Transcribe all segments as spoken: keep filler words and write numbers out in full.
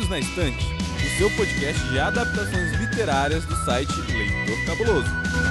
Livros na Estante, o seu podcast de adaptações literárias do site Leitor Cabuloso.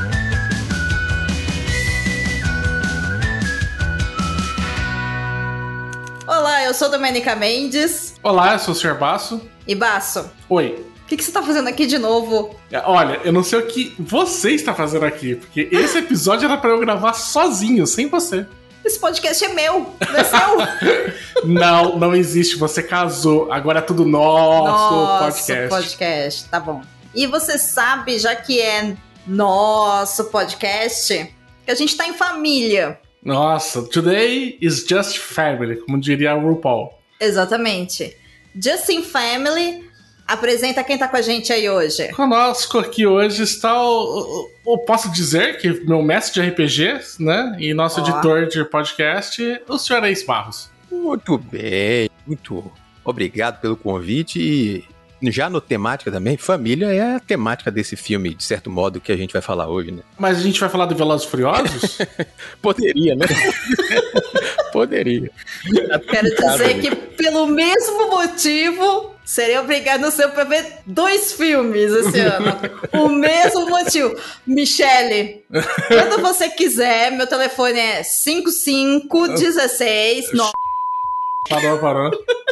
Olá, eu sou Domênica Mendes. Olá, eu sou o senhor Basso. E Basso? Oi. O que, que você tá fazendo aqui de novo? Olha, eu não sei o que você está fazendo aqui, porque esse episódio era pra eu gravar sozinho, sem você. Esse podcast é meu, não é seu. Não, não existe, você casou, agora é tudo nosso, nosso podcast. podcast, tá bom. E você sabe, já que é nosso podcast, que a gente tá em família. Nossa, today is just family, como diria o RuPaul. Exatamente. Just in Family. Apresenta quem tá com a gente aí hoje. Conosco aqui hoje está o, o, o posso dizer que meu mestre de R P Gs, né, e nosso oh. editor de podcast, o senhor Ace Barros. Muito bem, muito obrigado pelo convite e já no temática também, família é a temática desse filme, de certo modo, que a gente vai falar hoje, né? Mas a gente vai falar do Velozes e Furiosos? Poderia, né? Poderia. Quero dizer que pelo mesmo motivo, seria obrigado ser pra ver dois filmes esse ano. O mesmo motivo. Michele, quando você quiser, meu telefone é cinco cinco um seis nove. Parou, parou.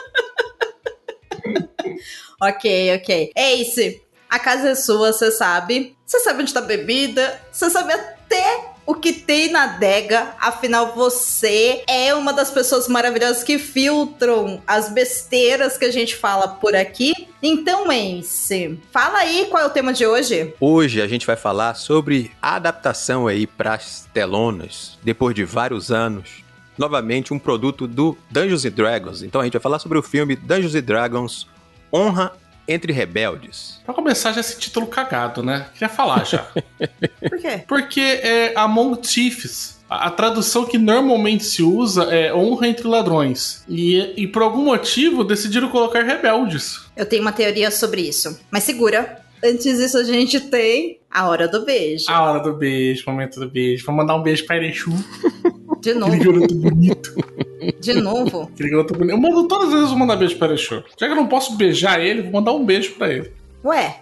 Ok, ok. Ace, a casa é sua, você sabe. Você sabe onde tá a bebida. Você sabe até o que tem na adega. Afinal, você é uma das pessoas maravilhosas que filtram as besteiras que a gente fala por aqui. Então, Ace, fala aí qual é o tema de hoje. Hoje a gente vai falar sobre a adaptação aí pras telonas, depois de vários anos. Novamente, um produto do Dungeons and Dragons. Então a gente vai falar sobre o filme Dungeons and Dragons Honra entre Rebeldes. Pra começar, já esse título cagado, né? Queria falar já. Por quê? Porque é Among Thieves. A, a tradução que normalmente se usa é Honra entre Ladrões. E, e por algum motivo decidiram colocar Rebeldes. Eu tenho uma teoria sobre isso. Mas segura. Antes disso, a gente tem a hora do beijo. A hora do beijo, momento do beijo. Vou mandar um beijo pra Erechu. De novo. Aquele garoto bonito. De novo? Aquele garoto bonito. Eu mando todas as vezes, eu vou mandar beijo pra Erechu. Já que eu não posso beijar ele, vou mandar um beijo pra ele. Ué?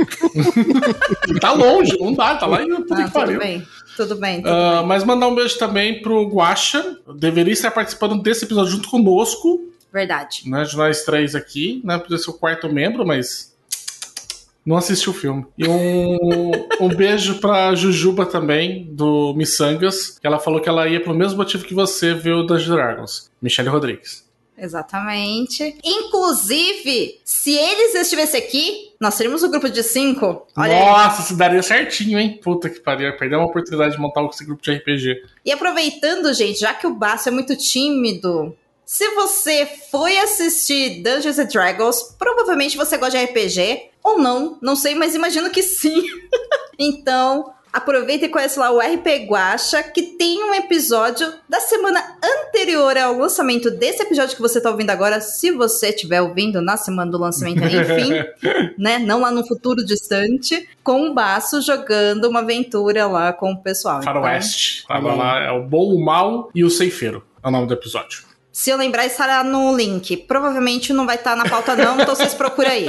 Ele tá longe, não dá, tá lá em tudo ah, que pariu. Tudo bem, tudo bem. Tudo uh, bem. Mas mandar um beijo também pro Guaxa. Deveria estar participando desse episódio junto conosco. Verdade. Né, de nós três aqui, né? Podia ser o quarto membro, mas não assisti o filme. E um, um beijo pra Jujuba também, do Missangas, que ela falou que ela ia pelo mesmo motivo que você viu o Dungeons and Dragons. Michele Rodrigues. Exatamente. Inclusive, se eles estivessem aqui, nós seríamos um grupo de cinco. Olha Nossa, aí. se daria certinho, hein? Puta que pariu. Perdeu uma oportunidade de montar esse grupo de R P G. E aproveitando, gente, já que o Basso é muito tímido, se você foi assistir Dungeons and Dragons, provavelmente você gosta de R P G. Ou não, não sei, mas imagino que sim. Então, aproveita e conhece lá o R P Guaxa, que tem um episódio da semana anterior ao lançamento desse episódio que você tá ouvindo agora, se você estiver ouvindo na semana do lançamento, enfim, né? Não lá no futuro distante, com o Basso jogando uma aventura lá com o pessoal. Faroeste. Então, Tava lá, é o Bom, o Mal e o Ceifeiro. É o nome do episódio. Se eu lembrar, estará no link. Provavelmente não vai estar na pauta não, então vocês procuram aí.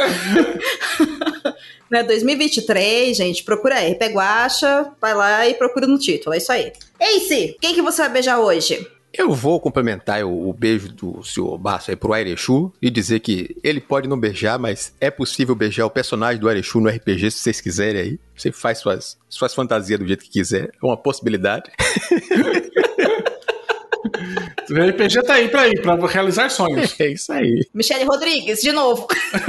Né, dois mil e vinte e três, gente, procura aí. R P Guaxa, vai lá e procura no título, é isso aí. Ace, quem que você vai beijar hoje? Eu vou complementar o, o beijo do senhor Basso aí pro Airechu e dizer que ele pode não beijar, mas é possível beijar o personagem do Airechu no R P G se vocês quiserem aí. Você faz suas, suas fantasias do jeito que quiser, é uma possibilidade. O R P G tá aí pra ir, pra realizar sonhos. É isso aí. Michele Rodrigues, de novo.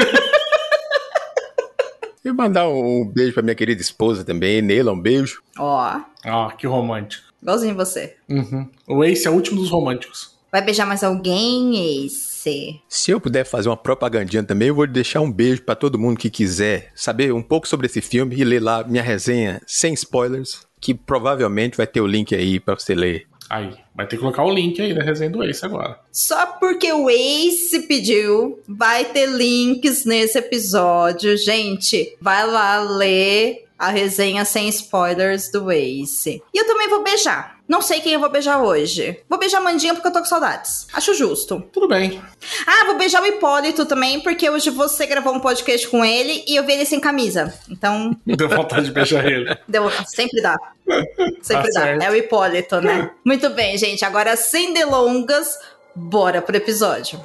E mandar um beijo pra minha querida esposa também, Neila, um beijo. Ó. Ó, que romântico. Igualzinho você. Uhum. O Ace é o último dos românticos. Vai beijar mais alguém, Ace? Se eu puder fazer uma propagandinha também, eu vou deixar um beijo pra todo mundo que quiser saber um pouco sobre esse filme e ler lá minha resenha sem spoilers, que provavelmente vai ter o link aí pra você ler. Aí, vai ter que colocar o link aí da resenha do Ace agora. Só porque o Ace pediu, vai ter links nesse episódio. Gente, vai lá ler a resenha sem spoilers do Ace. E eu também vou beijar. Não sei quem eu vou beijar hoje. Vou beijar a Mandinha porque eu tô com saudades. Acho justo. Tudo bem. Ah, vou beijar o Hipólito também, porque hoje você gravou um podcast com ele e eu vi ele sem camisa. Então... Deu vontade de beijar ele. Deu... Sempre dá. Sempre Tá dá. certo. É o Hipólito, né? Muito bem, gente. Agora, sem delongas, bora pro episódio.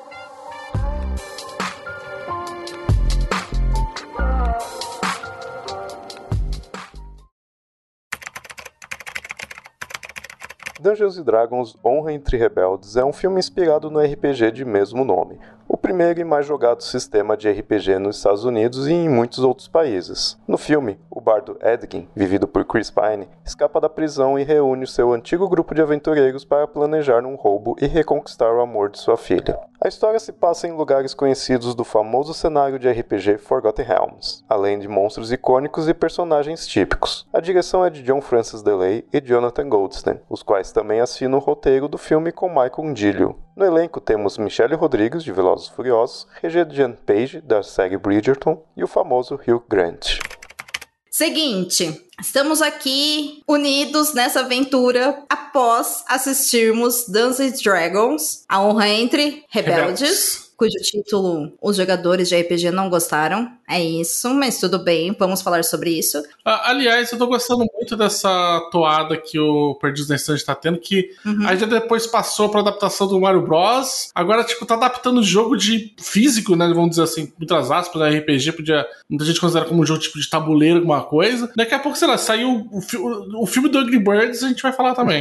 Dungeons and Dragons: Honra entre Rebeldes é um filme inspirado no R P G de mesmo nome, o primeiro e mais jogado sistema de R P G nos Estados Unidos e em muitos outros países. No filme, o bardo Edgin, vivido por Chris Pine, escapa da prisão e reúne o seu antigo grupo de aventureiros para planejar um roubo e reconquistar o amor de sua filha. A história se passa em lugares conhecidos do famoso cenário de R P G Forgotten Realms, além de monstros icônicos e personagens típicos. A direção é de John Francis Delay e Jonathan Goldstein, os quais também assinam o roteiro do filme com Michael Gillio. No elenco temos Michelle Rodrigues, de Velozes e Furiosos, Regé-Jean Page, da série Bridgerton, e o famoso Hugh Grant. Seguinte, estamos aqui unidos nessa aventura após assistirmos Dungeons and Dragons: A Honra entre Rebeldes, Rebeldes, cujo título os jogadores de R P G não gostaram. É isso, mas tudo bem, vamos falar sobre isso. Ah, aliás, eu tô gostando muito dessa toada que o Perdidos na Estante tá tendo, que uhum. aí já depois passou pra adaptação do Mario Bros. Agora, tipo, tá adaptando o jogo de físico, né, vamos dizer assim, muitas aspas, R P G, podia, muita gente considera como um jogo tipo de tabuleiro, alguma coisa. Daqui a pouco, sei lá, saiu o, fi- o filme do Angry Birds, a gente vai falar também.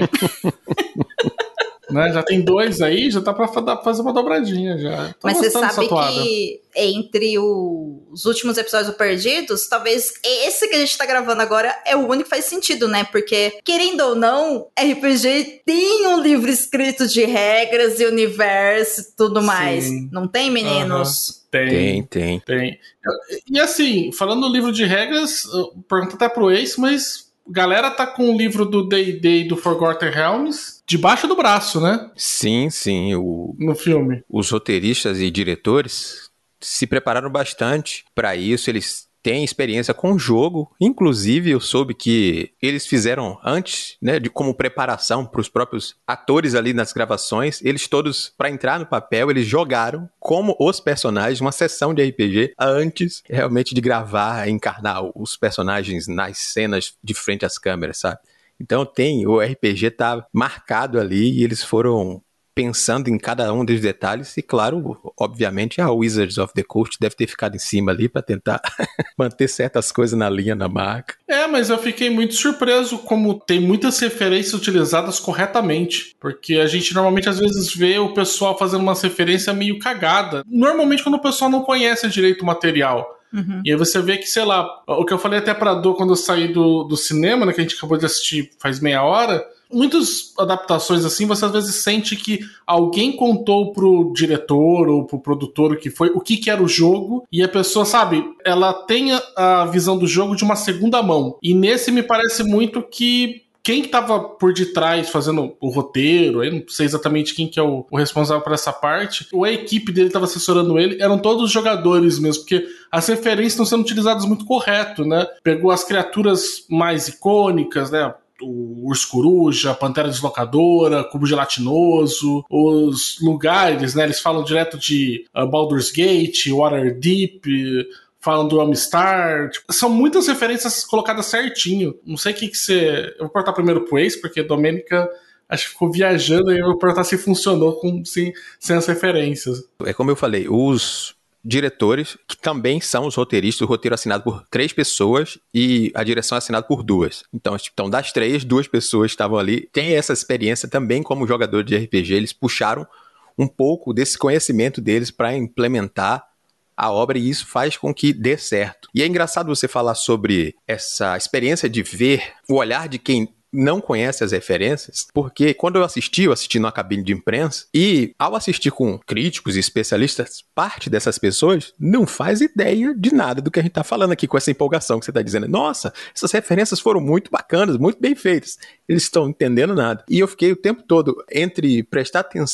Né? Já tem dois aí, já tá pra fazer uma dobradinha já. Tô Mas você sabe que entre o, os últimos episódios do Perdidos, talvez esse que a gente tá gravando agora é o único que faz sentido, né? Porque, querendo ou não, R P G tem um livro escrito de regras e universo e tudo mais. Sim. Não tem, meninos? Uhum. Tem, tem, tem. Tem. E assim, falando no livro de regras, pergunta até pro Ace, mas galera tá com o livro do D e D e do Forgotten Realms debaixo do braço, né? Sim, sim. O, no filme. Os roteiristas e diretores se prepararam bastante para isso. Eles têm experiência com o jogo. Inclusive, eu soube que eles fizeram antes, né, de como preparação para os próprios atores ali nas gravações. Eles todos, para entrar no papel, eles jogaram como os personagens, uma sessão de R P G antes realmente de gravar, encarnar os personagens nas cenas de frente às câmeras, sabe? Então tem, o R P G tá marcado ali e eles foram pensando em cada um dos detalhes e, claro, obviamente a Wizards of the Coast deve ter ficado em cima ali para tentar manter certas coisas na linha, na marca. É, mas eu fiquei muito surpreso como tem muitas referências utilizadas corretamente, porque a gente normalmente às vezes vê o pessoal fazendo uma referência meio cagada, normalmente quando o pessoal não conhece direito o material. Uhum. E aí você vê que, sei lá, o que eu falei até pra Dô quando eu saí do, do cinema, né, que a gente acabou de assistir faz meia hora, muitas adaptações assim, você às vezes sente que alguém contou pro diretor ou pro produtor o que foi, o que que era o jogo, e a pessoa, sabe, ela tem a visão do jogo de uma segunda mão. E nesse me parece muito que quem estava por detrás fazendo o roteiro, eu não sei exatamente quem que é o, o responsável por essa parte, ou a equipe dele estava assessorando ele, eram todos jogadores mesmo, porque as referências estão sendo utilizadas muito correto, né? Pegou as criaturas mais icônicas, né? O Urso Coruja, a Pantera Deslocadora, Cubo Gelatinoso, os lugares, né? Eles falam direto de uh, Baldur's Gate, Waterdeep, falam do Amistar, tipo, são muitas referências colocadas certinho. Não sei o que que você... Eu vou perguntar primeiro pro Ace, porque a Domênica acho que ficou viajando, e eu vou perguntar se funcionou com, sem, sem as referências. É como eu falei, os diretores, que também são os roteiristas, o roteiro é assinado por três pessoas e a direção é assinada por duas. Então, então, das três, duas pessoas estavam ali. Tem essa experiência também como jogador de R P G, eles puxaram um pouco desse conhecimento deles para implementar a obra, e isso faz com que dê certo. E é engraçado você falar sobre essa experiência de ver o olhar de quem não conhece as referências, porque quando eu assisti, eu assisti numa cabine de imprensa, e ao assistir com críticos e especialistas, parte dessas pessoas não faz ideia de nada do que a gente está falando aqui com essa empolgação que você está dizendo. Nossa, essas referências foram muito bacanas, muito bem feitas. Eles estão entendendo nada. E eu fiquei o tempo todo entre prestar atenção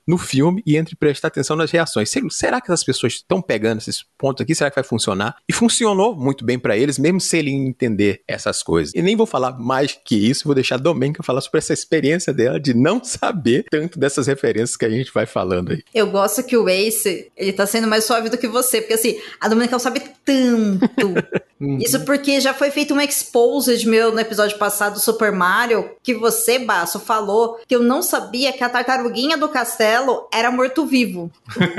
no filme e entre prestar atenção nas reações. Será que as pessoas estão pegando esses pontos aqui? Será que vai funcionar? E funcionou muito bem pra eles, mesmo sem ele entender essas coisas. E nem vou falar mais que isso, vou deixar a Domênica falar sobre essa experiência dela de não saber tanto dessas referências que a gente vai falando aí. Eu gosto que o Ace, ele tá sendo mais suave do que você, porque assim, a Domênica não sabe tanto. Isso porque já foi feito um exposed meu no episódio passado do Super Mario, que você, Basso, falou que eu não sabia que a tartaruguinha do castelo era morto-vivo.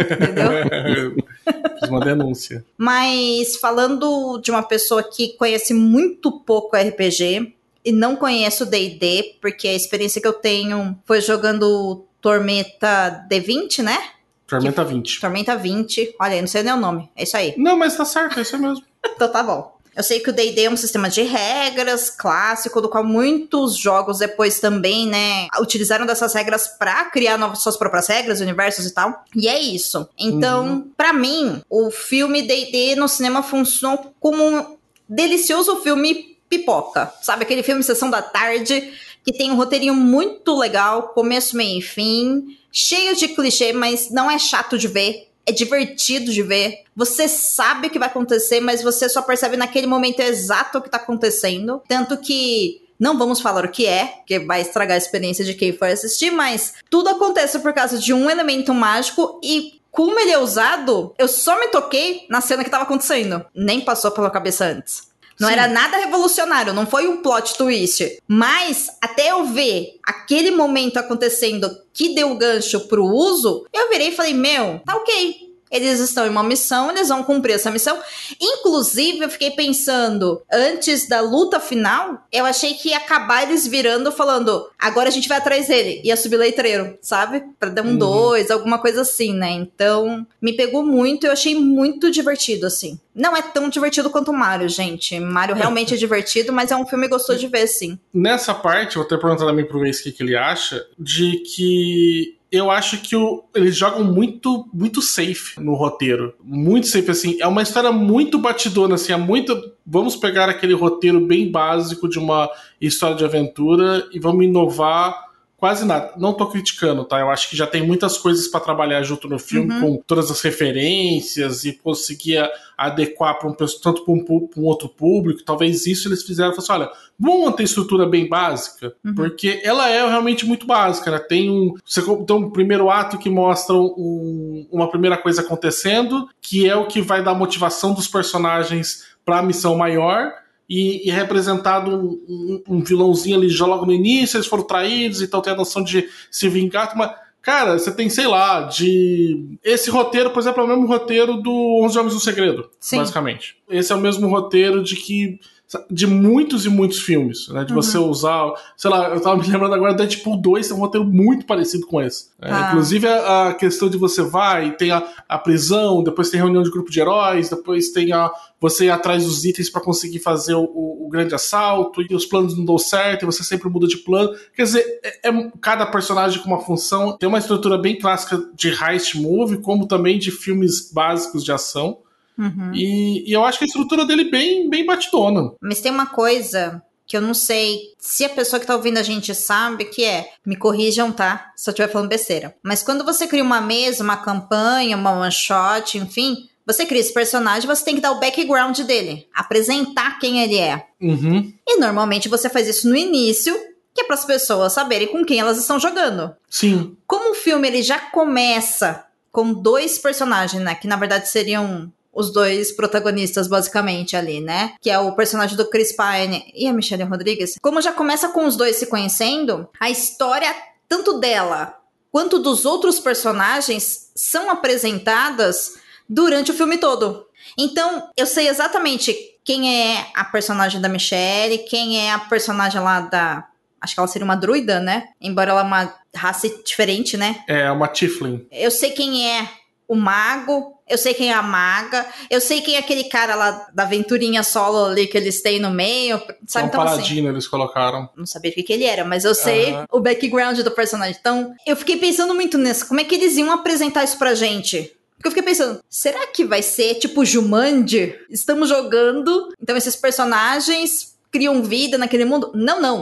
Entendeu? Fiz uma denúncia. Mas falando de uma pessoa que conhece muito pouco R P G e não conhece o D e D, porque a experiência que eu tenho foi jogando Tormenta D vinte, né? Tormenta que... vinte. Tormenta vinte. Olha aí, não sei nem o nome. É isso aí. Não, mas tá certo, é isso mesmo. Então tá bom. Eu sei que o D e D é um sistema de regras clássico, do qual muitos jogos depois também, né, utilizaram dessas regras pra criar novas, suas próprias regras, universos e tal. E é isso. Então, uhum. pra mim, o filme D e D no cinema funcionou como um delicioso filme pipoca. Sabe, aquele filme Sessão da Tarde, que tem um roteirinho muito legal, começo, meio e fim, cheio de clichê, mas não é chato de ver. É divertido de ver. Você sabe o que vai acontecer, mas você só percebe naquele momento exato o que tá acontecendo. Tanto que não vamos falar o que é, que vai estragar a experiência de quem for assistir, mas tudo acontece por causa de um elemento mágico e como ele é usado, eu só me toquei na cena que tava acontecendo. Nem passou pela cabeça antes. Não Sim. era nada revolucionário, não foi um plot twist. Mas, até eu ver aquele momento acontecendo que deu o gancho pro uso, eu virei e falei, meu, tá ok. Eles estão em uma missão, eles vão cumprir essa missão. Inclusive, eu fiquei pensando, antes da luta final, eu achei que ia acabar eles virando, falando, agora a gente vai atrás dele. Ia subir letreiro, sabe? Pra dar um uhum. dois, alguma coisa assim, né? Então, me pegou muito, eu achei muito divertido, assim. Não é tão divertido quanto o Mario, gente. Mario realmente é divertido, mas é um filme gostoso de ver, sim. Nessa parte, eu vou até perguntar também pro Ace o que, que ele acha, de que... Eu acho que o, eles jogam muito, muito safe no roteiro. Muito safe, assim. É uma história muito batidona, assim. É muito... Vamos pegar aquele roteiro bem básico de uma história de aventura e vamos inovar quase nada. Não tô criticando, tá? Eu acho que já tem muitas coisas pra trabalhar junto no filme, uhum. com todas as referências e conseguir adequar pra um, tanto pra um, pra um outro público. Talvez isso eles fizeram. Falaram assim, olha, vamos manter a estrutura bem básica, uhum. porque ela é realmente muito básica, né? Tem um, você tem um primeiro ato que mostra um, uma primeira coisa acontecendo, que é o que vai dar motivação dos personagens pra missão maior. E, e representado um, um, um vilãozinho ali já logo no início, eles foram traídos, então tem a noção de se vingar. Mas, cara, você tem, sei lá, de... Esse roteiro, por exemplo, é o mesmo roteiro do onze Homens no Segredo, Sim. basicamente. Esse é o mesmo roteiro de que... de muitos e muitos filmes, né? De uhum. você usar... Sei lá, eu tava me lembrando agora, Deadpool dois tem um roteiro muito parecido com esse. Ah. É, inclusive, a, a questão de você vai, tem a, a prisão, depois tem reunião de grupo de heróis, depois tem a... você ir atrás dos itens pra conseguir fazer o, o, o grande assalto, e os planos não dão certo, e você sempre muda de plano. Quer dizer, é, é cada personagem com uma função. Tem uma estrutura bem clássica de heist movie, como também de filmes básicos de ação. Uhum. E, e eu acho que a estrutura dele bem, bem batidona. Mas tem uma coisa que eu não sei se a pessoa que tá ouvindo a gente sabe, que é, me corrijam, tá? Se eu estiver falando besteira. Mas quando você cria uma mesa, uma campanha, uma one shot, enfim, você cria esse personagem, você tem que dar o background dele, apresentar quem ele é. Uhum. E normalmente você faz isso no início, que é para as pessoas saberem com quem elas estão jogando. Sim. Como o filme ele já começa com dois personagens, né? Que na verdade seriam... os dois protagonistas, basicamente, ali, né? Que é o personagem do Chris Pine e a Michelle Rodriguez. Como já começa com os dois se conhecendo, a história, tanto dela quanto dos outros personagens, são apresentadas durante o filme todo. Então, eu sei exatamente quem é a personagem da Michelle, quem é a personagem lá da... Acho que ela seria uma druida, né? Embora ela é uma raça diferente, né? É, uma tiefling. Eu sei quem é o mago, eu sei quem é a maga, eu sei quem é aquele cara lá da aventurinha solo ali que eles têm no meio, sabe? Um então, paladino assim, eles colocaram. Não sabia o que, que ele era, mas eu sei uhum. o background do personagem. Então, eu fiquei pensando muito nisso, como é que eles iam apresentar isso pra gente? Porque eu fiquei pensando, será que vai ser tipo Jumanji? Estamos jogando, então esses personagens criam vida naquele mundo? Não, não.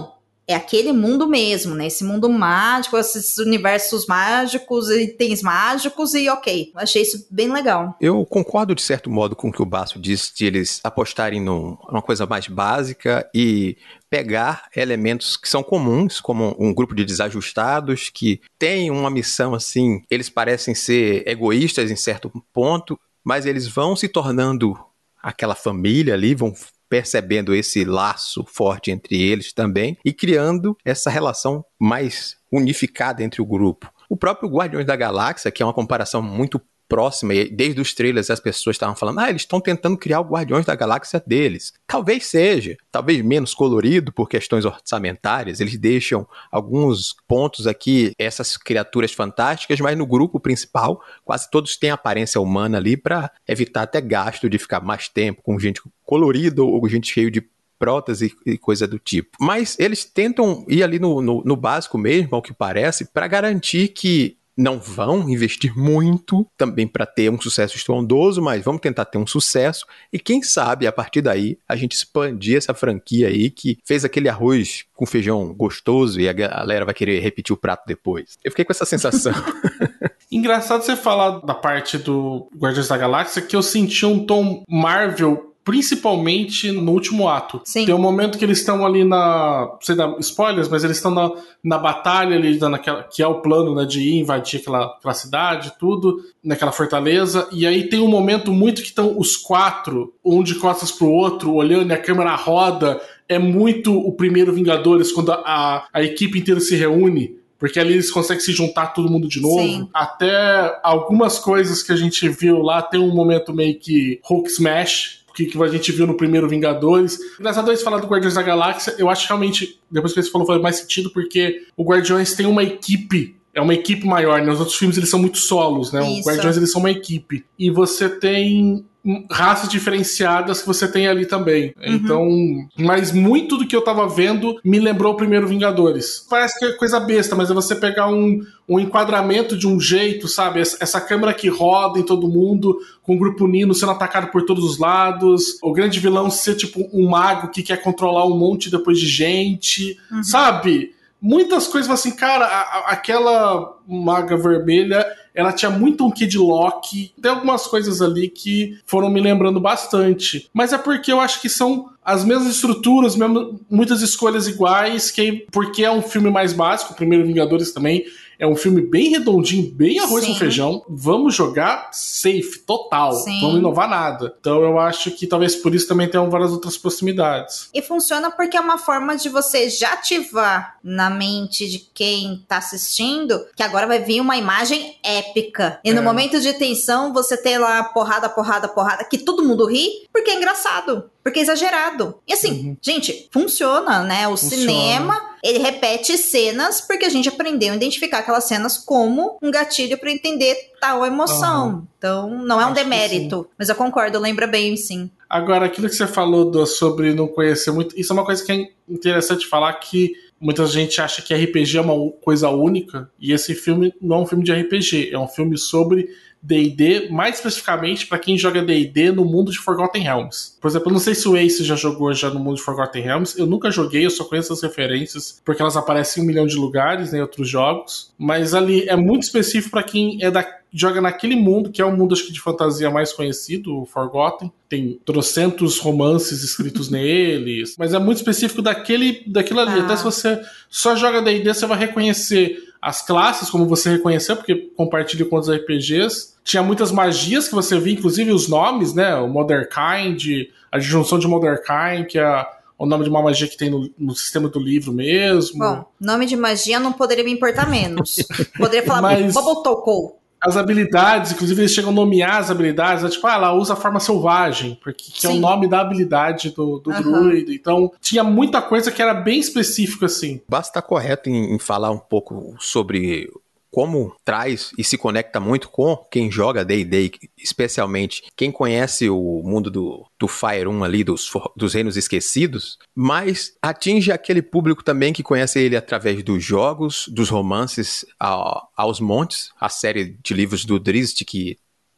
é aquele mundo mesmo, né? Esse mundo mágico, esses universos mágicos, itens mágicos e ok. Eu achei isso bem legal. Eu concordo de certo modo com o que o Basso disse, de eles apostarem num, numa coisa mais básica e pegar elementos que são comuns, como um grupo de desajustados que tem uma missão assim, eles parecem ser egoístas em certo ponto, mas eles vão se tornando aquela família ali, vão percebendo esse laço forte entre eles também e criando essa relação mais unificada entre o grupo. O próprio Guardiões da Galáxia, que é uma comparação muito próxima, e desde os trailers as pessoas estavam falando, ah, eles estão tentando criar o Guardiões da Galáxia deles. Talvez seja, talvez menos colorido por questões orçamentárias, eles deixam alguns pontos aqui, essas criaturas fantásticas, mas no grupo principal, quase todos têm aparência humana ali para evitar até gasto de ficar mais tempo com gente colorida ou gente cheio de prótese e coisa do tipo. Mas eles tentam ir ali no, no, no básico mesmo, ao que parece, para garantir que não vão investir muito também para ter um sucesso estrondoso, mas vamos tentar ter um sucesso e quem sabe a partir daí a gente expandir essa franquia aí que fez aquele arroz com feijão gostoso e a galera vai querer repetir o prato depois. Eu fiquei com essa sensação. Engraçado você falar da parte do Guardiões da Galáxia que eu senti um tom Marvel principalmente no último ato. Sim. Tem um momento que eles estão ali na... Não sei dar spoilers, mas eles estão na, na batalha ali, naquela, que é o plano, né, de ir invadir aquela, aquela cidade, tudo, naquela fortaleza. E aí tem um momento muito que estão os quatro, um de costas pro outro, olhando e a câmera roda. É muito o primeiro Vingadores, quando a, a, a equipe inteira se reúne. Porque ali eles conseguem se juntar todo mundo de novo. Sim. Até algumas coisas que a gente viu lá, tem um momento meio que Hulk Smash, que, que a gente viu no primeiro Vingadores. Engraçado eles falar do Guardiões da Galáxia, eu acho que realmente, depois que você falou, faz mais sentido, porque o Guardiões tem uma equipe, é uma equipe maior, né? Os outros filmes eles são muito solos, né? Isso. O Guardiões eles são uma equipe. E você tem raças diferenciadas que você tem ali também. Uhum. Então, mas muito do que eu tava vendo me lembrou o primeiro Vingadores. Parece que é coisa besta, mas é você pegar um, um enquadramento de um jeito, sabe? Essa, essa câmera que roda em todo mundo, com o grupo Nino sendo atacado por todos os lados, o grande vilão ser tipo um mago que quer controlar um monte depois de gente, uhum. sabe? Muitas coisas assim, cara, a, a, aquela maga vermelha, ela tinha muito um quê de Loki. Tem algumas coisas ali que foram me lembrando bastante. Mas é porque eu acho que são as mesmas estruturas, mesmo, muitas escolhas iguais, que, porque é um filme mais básico, o primeiro Vingadores também é um filme bem redondinho, bem arroz Sim. com feijão. Vamos jogar safe, total. Sim. Vamos inovar nada. Então eu acho que talvez por isso também tenham várias outras proximidades. E funciona porque é uma forma de você já ativar na mente de quem tá assistindo que agora vai vir uma imagem épica. E no é. momento de tensão você tem lá porrada, porrada, porrada, que todo mundo ri, porque é engraçado. Porque é exagerado. E assim, uhum. gente, funciona, né? O funciona. Cinema, ele repete cenas porque a gente aprendeu a identificar aquelas cenas como um gatilho para entender tal emoção. Uhum. Então, não é um Acho demérito. Mas eu concordo, lembra bem, sim. Agora, aquilo que você falou do, sobre não conhecer muito, isso é uma coisa que é interessante falar, que muita gente acha que R P G é uma coisa única, e esse filme não é um filme de R P G, é um filme sobre D e D, mais especificamente para quem joga D e D no mundo de Forgotten Realms. Por exemplo, eu não sei se o Ace já jogou já no mundo de Forgotten Realms, eu nunca joguei, eu só conheço as referências, porque elas aparecem em um milhão de lugares, né, em outros jogos, mas ali é muito específico para quem é da, joga naquele mundo, que é o mundo, acho que, de fantasia mais conhecido, o Forgotten. Tem trocentos romances escritos neles, mas é muito específico daquele, daquilo ali. Ah. Até se você só joga D e D, você vai reconhecer as classes, como você reconheceu, porque compartilha com os R P Gs. Tinha muitas magias que você via, inclusive os nomes, né? O Motherkind, a disjunção de Motherkind, que é o nome de uma magia que tem no, no sistema do livro mesmo. Bom, nome de magia não poderia me importar menos. Poderia falar Mas... Bubble Toko. As habilidades, inclusive eles chegam a nomear as habilidades, né? Tipo, ah, ela usa a forma selvagem, porque que é o nome da habilidade do, do uhum. druida. Então, tinha muita coisa que era bem específico, assim. Basta estar correto em, em falar um pouco sobre como traz e se conecta muito com quem joga D e D, especialmente quem conhece o mundo do, do Fire um ali, dos, dos Reinos Esquecidos, mas atinge aquele público também que conhece ele através dos jogos, dos romances a, aos montes, a série de livros do Drizzt, que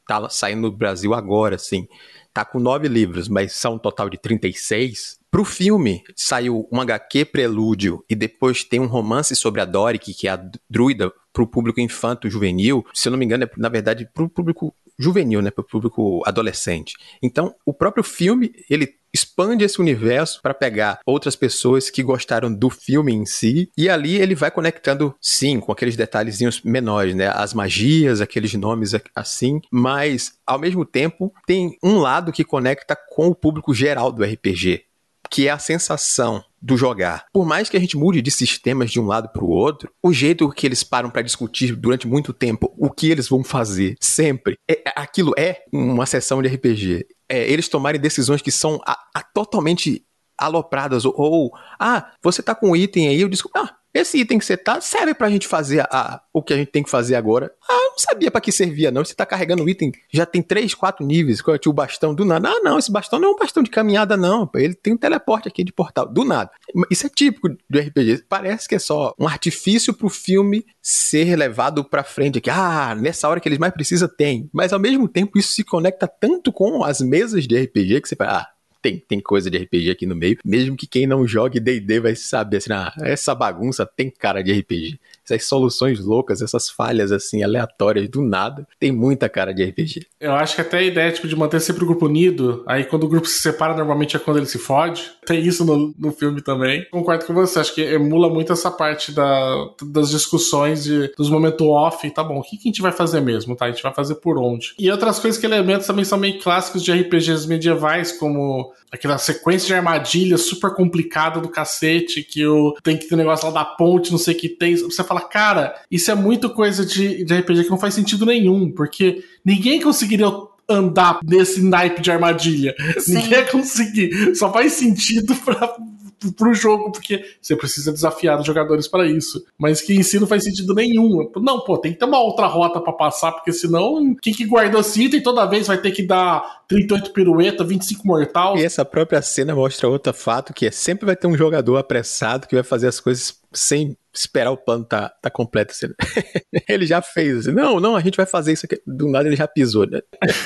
tá saindo no Brasil agora, assim. Tá com nove livros, mas são um total de trinta e seis. Pro filme, saiu um agá quê prelúdio e depois tem um romance sobre a Doric, que é a druida, pro público infanto-juvenil. Se eu não me engano, é, na verdade, pro público juvenil, né? Pro público adolescente. Então, o próprio filme, ele expande esse universo para pegar outras pessoas que gostaram do filme em si, e ali ele vai conectando, sim, com aqueles detalhezinhos menores, né? As magias, aqueles nomes assim, mas, ao mesmo tempo, tem um lado que conecta com o público geral do R P G, que é a sensação do jogar. Por mais que a gente mude de sistemas de um lado para o outro, o jeito que eles param para discutir durante muito tempo o que eles vão fazer, sempre, é, aquilo é uma sessão de R P G. É, eles tomarem decisões que são a, a, totalmente alopradas, ou, ou, ah, você tá com um item aí, eu digo, ah, esse item que você tá serve pra gente fazer a, a, o que a gente tem que fazer agora. Ah, eu não sabia pra que servia, não. Você tá carregando o item, já tem três, quatro níveis, qual é o bastão do nada. Ah, não, esse bastão não é um bastão de caminhada, não. Ele tem um teleporte aqui de portal, do nada. Isso é típico do R P G. Parece que é só um artifício pro filme ser levado pra frente. Aqui. Ah, nessa hora que eles mais precisam, tem. Mas ao mesmo tempo, isso se conecta tanto com as mesas de R P G que você fala, ah, Tem, tem coisa de R P G aqui no meio, mesmo que quem não jogue D e D vai saber, assim, ah, essa bagunça tem cara de R P G. Essas soluções loucas, essas falhas, assim, aleatórias, do nada, tem muita cara de R P G. Eu acho que até a ideia, tipo, de manter sempre o grupo unido, aí quando o grupo se separa, normalmente é quando ele se fode. Tem isso no, no filme também. Concordo com você, acho que emula muito essa parte da, das discussões, de, dos momentos off, tá bom, o que, que a gente vai fazer mesmo, tá? A gente vai fazer por onde? E outras coisas que elementos também são meio clássicos de R P Gs medievais, como aquela sequência de armadilha super complicada do cacete, que eu, tem que ter um negócio lá da ponte, não sei o que tem. Você fala, cara, isso é muito coisa de, de R P G que não faz sentido nenhum, porque ninguém conseguiria andar nesse naipe de armadilha. Sim. Ninguém ia conseguir. Só faz sentido pra... pro jogo, porque você precisa desafiar os jogadores para isso. Mas que em si não faz sentido nenhum. Não, pô, tem que ter uma outra rota pra passar, porque senão quem que guardou esse item toda vez vai ter que dar trinta e oito pirueta, vinte e cinco mortal. E essa própria cena mostra outro fato, que é sempre vai ter um jogador apressado que vai fazer as coisas sem esperar o plano tá, tá completo. Assim. Ele já fez assim, não, não, a gente vai fazer isso aqui. Do nada ele já pisou, né?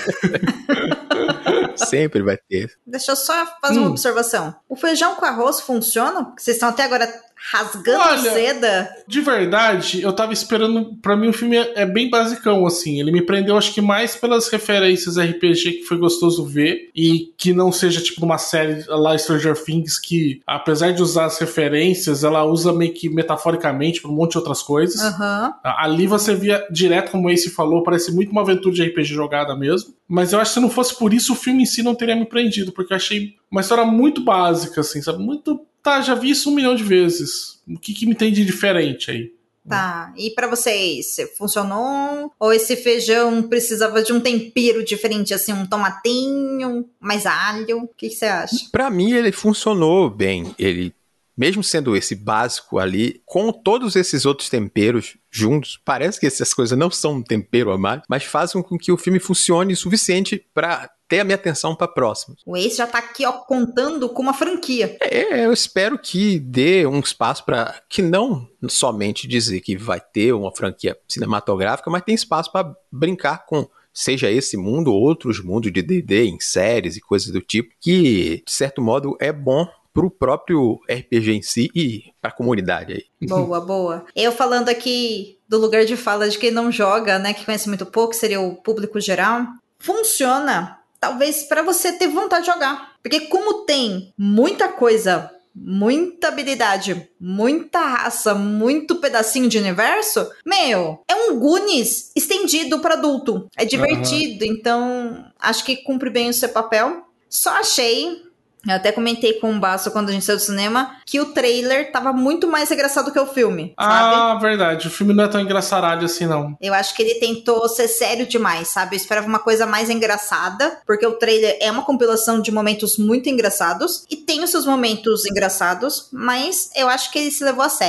Sempre vai ter. Deixa eu só fazer hum. uma observação. O feijão com arroz funciona? Porque vocês estão até agora rasgando Olha, seda. De verdade, eu tava esperando. Pra mim, o filme é, é bem basicão, assim. Ele me prendeu, acho que mais pelas referências R P G, que foi gostoso ver. E que não seja tipo uma série lá, Stranger Things, que apesar de usar as referências, ela usa meio que metaforicamente pra um monte de outras coisas. Uhum. Ali você via direto, como o Ace falou, parece muito uma aventura de R P G jogada mesmo. Mas eu acho que se não fosse por isso, o filme em si não teria me prendido, porque eu achei uma história muito básica, assim, sabe? Muito. Tá, já vi isso um milhão de vezes. O que, que me tem de diferente aí? Tá, e pra vocês, funcionou? Ou esse feijão precisava de um tempero diferente, assim, um tomatinho, mais alho? O que, que você acha? Pra mim, ele funcionou bem. Ele, mesmo sendo esse básico ali, com todos esses outros temperos juntos, parece que essas coisas não são um tempero a mais, mas fazem com que o filme funcione o suficiente pra ter a minha atenção para próximos. O Ace já tá aqui, ó, contando com uma franquia. É, eu espero que dê um espaço para que não somente dizer que vai ter uma franquia cinematográfica, mas tem espaço para brincar com, seja esse mundo ou outros mundos de D e D, em séries e coisas do tipo, que, de certo modo, é bom pro próprio R P G em si e pra comunidade aí. Boa, boa. Eu falando aqui do lugar de fala de quem não joga, né, que conhece muito pouco, seria o público geral, funciona talvez para você ter vontade de jogar. Porque como tem muita coisa, muita habilidade, muita raça, muito pedacinho de universo, meu, é um Goonies estendido para adulto. É divertido, uhum. Então acho que cumpre bem o seu papel. Só achei... Eu até comentei com o Basso quando a gente saiu do cinema que o trailer tava muito mais engraçado que o filme, sabe? Ah, verdade. O filme não é tão engraçaralho assim, não. Eu acho que ele tentou ser sério demais, sabe? Eu esperava uma coisa mais engraçada, porque o trailer é uma compilação de momentos muito engraçados, e tem os seus momentos engraçados, mas eu acho que ele se levou a sério.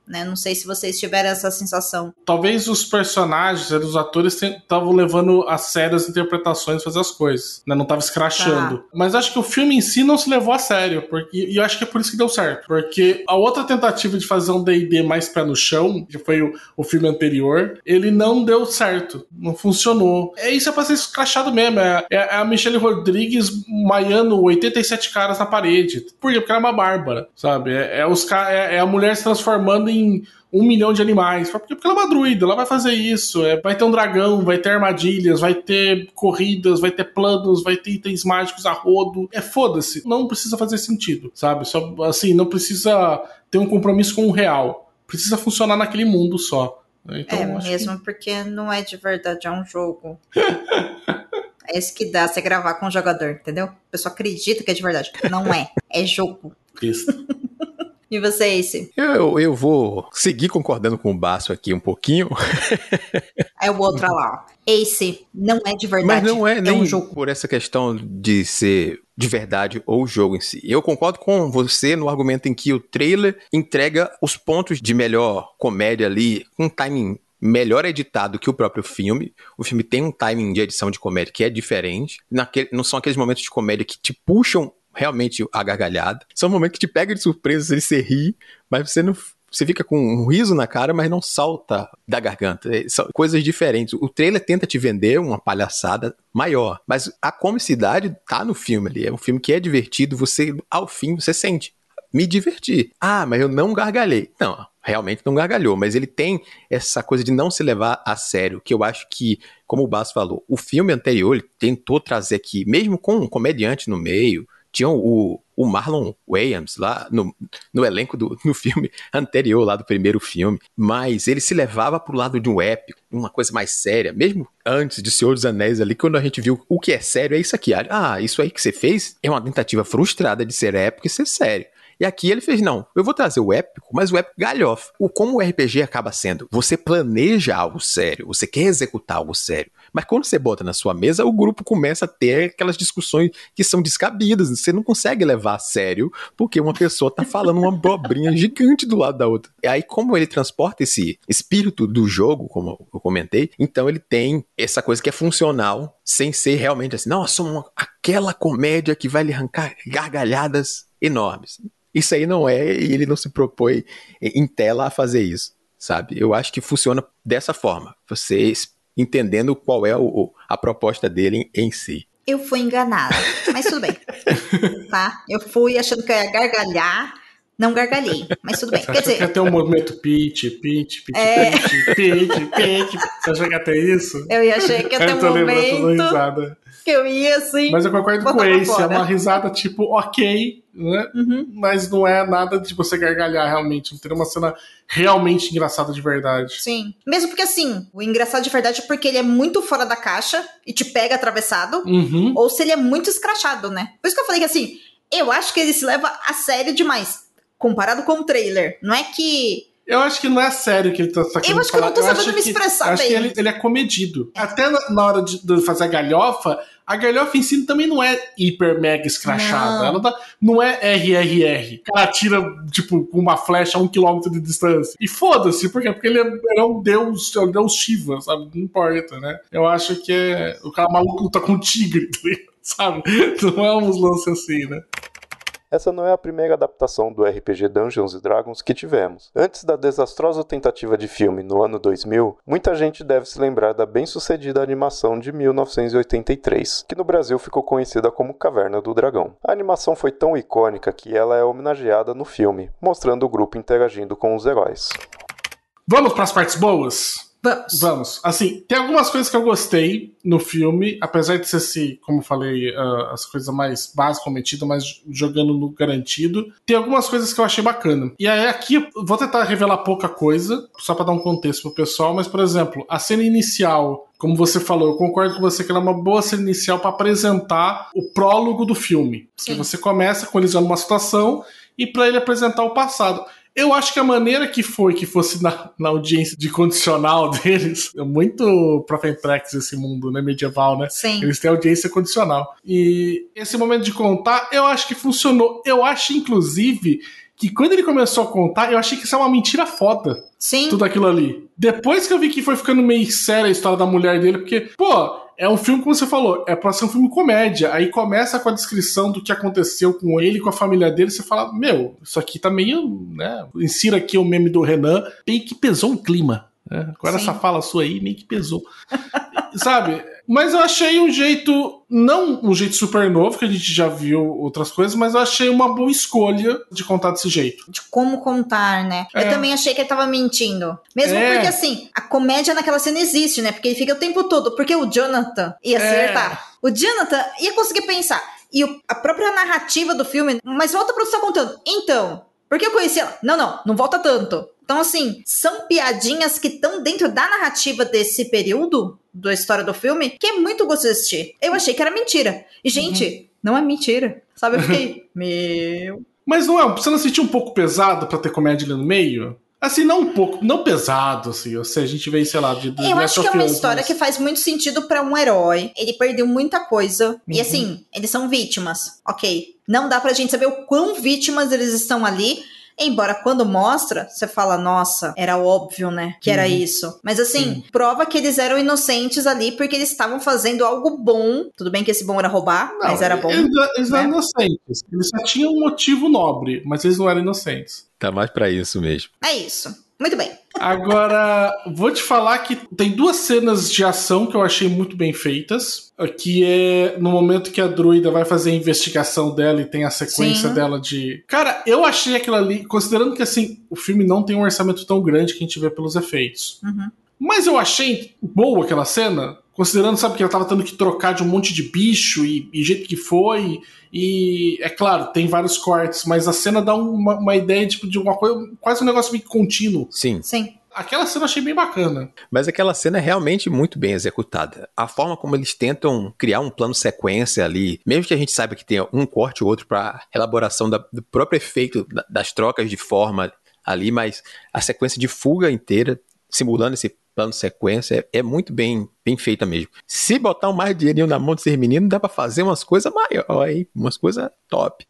né? Não sei se vocês tiveram essa sensação. Talvez os personagens, os atores estavam levando a sério as interpretações, fazer as coisas, né? Não tava escrachando. Tá. Mas acho que o filme em si não se levou a sério, porque, e eu acho que é por isso que deu certo. Porque a outra tentativa de fazer um D e D mais pé no chão, que foi o, o filme anterior, ele não deu certo, não funcionou. É isso, é pra ser escrachado mesmo. É, é a Michelle Rodrigues maiando oitenta e sete caras na parede. Por quê? Porque ela é uma bárbara, sabe? É, é, os, é, é a mulher se transformando em um milhão de animais. Porque, porque ela é uma druida, ela vai fazer isso. É, vai ter um dragão, vai ter armadilhas, vai ter corridas, vai ter planos, vai ter itens mágicos a rodo. É foda-se. Não precisa fazer sentido, sabe? Só, assim, não precisa ter um compromisso com o real. Precisa funcionar naquele mundo só. Então, é mesmo, que... porque não é de verdade, é um jogo. É isso que dá você gravar com o jogador, entendeu? A pessoa acredita que é de verdade. Não é, é jogo. Isso. E você, Ace? Eu, eu vou seguir concordando com o Basso aqui um pouquinho. É o outro lá, ó. Ace, não é de verdade. Mas não é, é nem um jogo. Por essa questão de ser de verdade ou o jogo em si. Eu concordo com você no argumento em que o trailer entrega os pontos de melhor comédia ali, com um timing melhor editado que o próprio filme. O filme tem um timing de edição de comédia que é diferente. Naquele, não são aqueles momentos de comédia que te puxam realmente a gargalhada. São momentos que te pegam de surpresa, você ri, mas você não... Você fica com um riso na cara, mas não salta da garganta. São coisas diferentes. O trailer tenta te vender uma palhaçada maior, mas a comicidade tá no filme ali. É um filme que é divertido, você, ao fim, você sente. Me diverti. Ah, mas eu não gargalhei. Não, realmente não gargalhou, mas ele tem essa coisa de não se levar a sério, que eu acho que, como o Basso falou, o filme anterior ele tentou trazer aqui, mesmo com um comediante no meio, tinha o, o Marlon Wayans lá no, no elenco do no filme anterior, lá do primeiro filme, mas ele se levava pro lado de um épico, uma coisa mais séria, mesmo antes de Senhor dos Anéis ali, quando a gente viu o que é sério, é isso aqui. Ah, isso aí que você fez é uma tentativa frustrada de ser épico e ser sério. E aqui ele fez, não, eu vou trazer o épico, mas o épico galhofa. O, como o R P G acaba sendo, você planeja algo sério, você quer executar algo sério, mas quando você bota na sua mesa, o grupo começa a ter aquelas discussões que são descabidas, você não consegue levar a sério, porque uma pessoa tá falando uma bobrinha gigante do lado da outra. E aí, como ele transporta esse espírito do jogo, como eu comentei, então ele tem essa coisa que é funcional, sem ser realmente assim, não, somos aquela comédia que vai lhe arrancar gargalhadas enormes. Isso aí não é, e ele não se propõe em tela a fazer isso, sabe? Eu acho que funciona dessa forma, vocês entendendo qual é o, a proposta dele em, em si. Eu fui enganada, mas tudo bem, tá? Eu fui achando que eu ia gargalhar, não gargalhei, mas tudo bem. Você Quer dizer, que ia ter um movimento pitch, pitch, pitch, é... pitch, pitch, pitch. Você achou que ia ter isso? Eu achei que ia ter um momento que eu ia assim... Mas eu concordo com o Ace, é uma risada tipo, ok, né? Uhum. Mas não é nada de você gargalhar realmente, não teria uma cena realmente engraçada de verdade. Sim, mesmo porque assim, o engraçado de verdade é porque ele é muito fora da caixa e te pega atravessado, uhum. ou se ele é muito escrachado, né? Por isso que eu falei que assim, eu acho que ele se leva a sério demais, comparado com o trailer. Não é que... Eu acho que não é sério que ele tá, tá querendo Eu acho que falar. eu não tô eu sabendo me expressar bem. Eu acho bem. que ele, ele é comedido. Até na, na hora de, de fazer a galhofa, a galhofa em si também não é hiper mega escrachada. Não. Ela tá, não é R R R. O cara atira, tipo, com uma flecha a um quilômetro de distância. E foda-se, por quê? Porque ele é, ele é um deus, é um deus Shiva, sabe? Não importa, né? Eu acho que é, o cara maluco luta com um tigre, sabe? Não é uns lances assim, né? Essa não é a primeira adaptação do R P G Dungeons and Dragons que tivemos. Antes da desastrosa tentativa de filme no ano dois mil, muita gente deve se lembrar da bem-sucedida animação de mil novecentos e oitenta e três, que no Brasil ficou conhecida como Caverna do Dragão. A animação foi tão icônica que ela é homenageada no filme, mostrando o grupo interagindo com os heróis. Vamos para as partes boas? Vamos. Vamos. Assim, tem algumas coisas que eu gostei no filme, apesar de ser, assim, como eu falei, uh, as coisas mais básicas cometidas, mas jogando no garantido. Tem algumas coisas que eu achei bacana. E aí aqui, eu vou tentar revelar pouca coisa, só pra dar um contexto pro pessoal, mas, por exemplo, a cena inicial, como você falou, eu concordo com você que ela é uma boa cena inicial pra apresentar o prólogo do filme. Sim. Porque você começa com eles já numa situação e pra ele apresentar o passado. Eu acho que a maneira que foi, que fosse na, na audiência de condicional deles, é muito Prophetrex esse mundo, né, medieval, né? Sim. Eles têm audiência condicional. E esse momento de contar, eu acho que funcionou. Eu acho, inclusive, que quando ele começou a contar, eu achei que isso é uma mentira foda. Sim. Tudo aquilo ali. Depois que eu vi que foi ficando meio séria a história da mulher dele, porque, pô, é um filme, como você falou, é pra ser um filme comédia. Aí começa com a descrição do que aconteceu com ele, com a família dele, você fala, meu, isso aqui tá meio, né? Insira aqui o meme do Renan, meio que pesou o clima. Né? Agora Sim. essa fala sua aí meio que pesou. Sabe? Mas eu achei um jeito, não um jeito super novo, que a gente já viu outras coisas, mas eu achei uma boa escolha de contar desse jeito. De como contar, né? É. Eu também achei que ele tava mentindo. Mesmo É. porque, assim, a comédia naquela cena existe, né? Porque ele fica o tempo todo. Porque o Jonathan ia É. acertar. O Jonathan ia conseguir pensar. E o- a própria narrativa do filme... Mas volta pra você estar contando. Então, porque eu conheci ela? Não, não. Não volta tanto. Então, assim, são piadinhas que estão dentro da narrativa desse período da história do filme, que é muito gostoso de assistir. Eu achei que era mentira. E, gente, uhum. não é mentira. Sabe? Eu fiquei, meu... Mas não é, você não sentiu um pouco pesado pra ter comédia ali no meio? Assim, não um pouco, não pesado, assim, ou seja, a gente vê, sei lá, de... de eu acho que é uma história mas... que faz muito sentido pra um herói. Ele perdeu muita coisa. Uhum. E assim, eles são vítimas, ok. Não dá pra gente saber o quão vítimas eles estão ali. Embora quando mostra, você fala, nossa, era óbvio, né, que era uhum. isso. Mas assim, uhum. prova que eles eram inocentes ali porque eles estavam fazendo algo bom. Tudo bem que esse bom era roubar, não, mas era bom. Eles, eles né? eram inocentes. Eles só tinham um motivo nobre, mas eles não eram inocentes. Tá mais pra isso mesmo. É isso. Muito bem. Agora, vou te falar que tem duas cenas de ação que eu achei muito bem feitas. Que é no momento que a druida vai fazer a investigação dela e tem a sequência Sim. dela de... Cara, eu achei aquilo ali... Considerando que, assim, o filme não tem um orçamento tão grande que a gente vê pelos efeitos. Uhum. Mas eu achei boa aquela cena... Considerando, sabe, que ela tava tendo que trocar de um monte de bicho e, e jeito que foi. E, é claro, tem vários cortes, mas a cena dá uma, uma ideia tipo, de uma coisa, quase um negócio meio contínuo. Sim. Sim. Aquela cena eu achei bem bacana. Mas aquela cena é realmente muito bem executada. A forma como eles tentam criar um plano sequência ali, mesmo que a gente saiba que tenha um corte ou outro para elaboração da, do próprio efeito da, das trocas de forma ali, mas a sequência de fuga inteira, simulando esse plano sequência, é, é muito bem, bem feita mesmo. Se botar um mais dinheirinho na mão desses meninos, dá pra fazer umas coisas maiores, hein? Umas coisas top.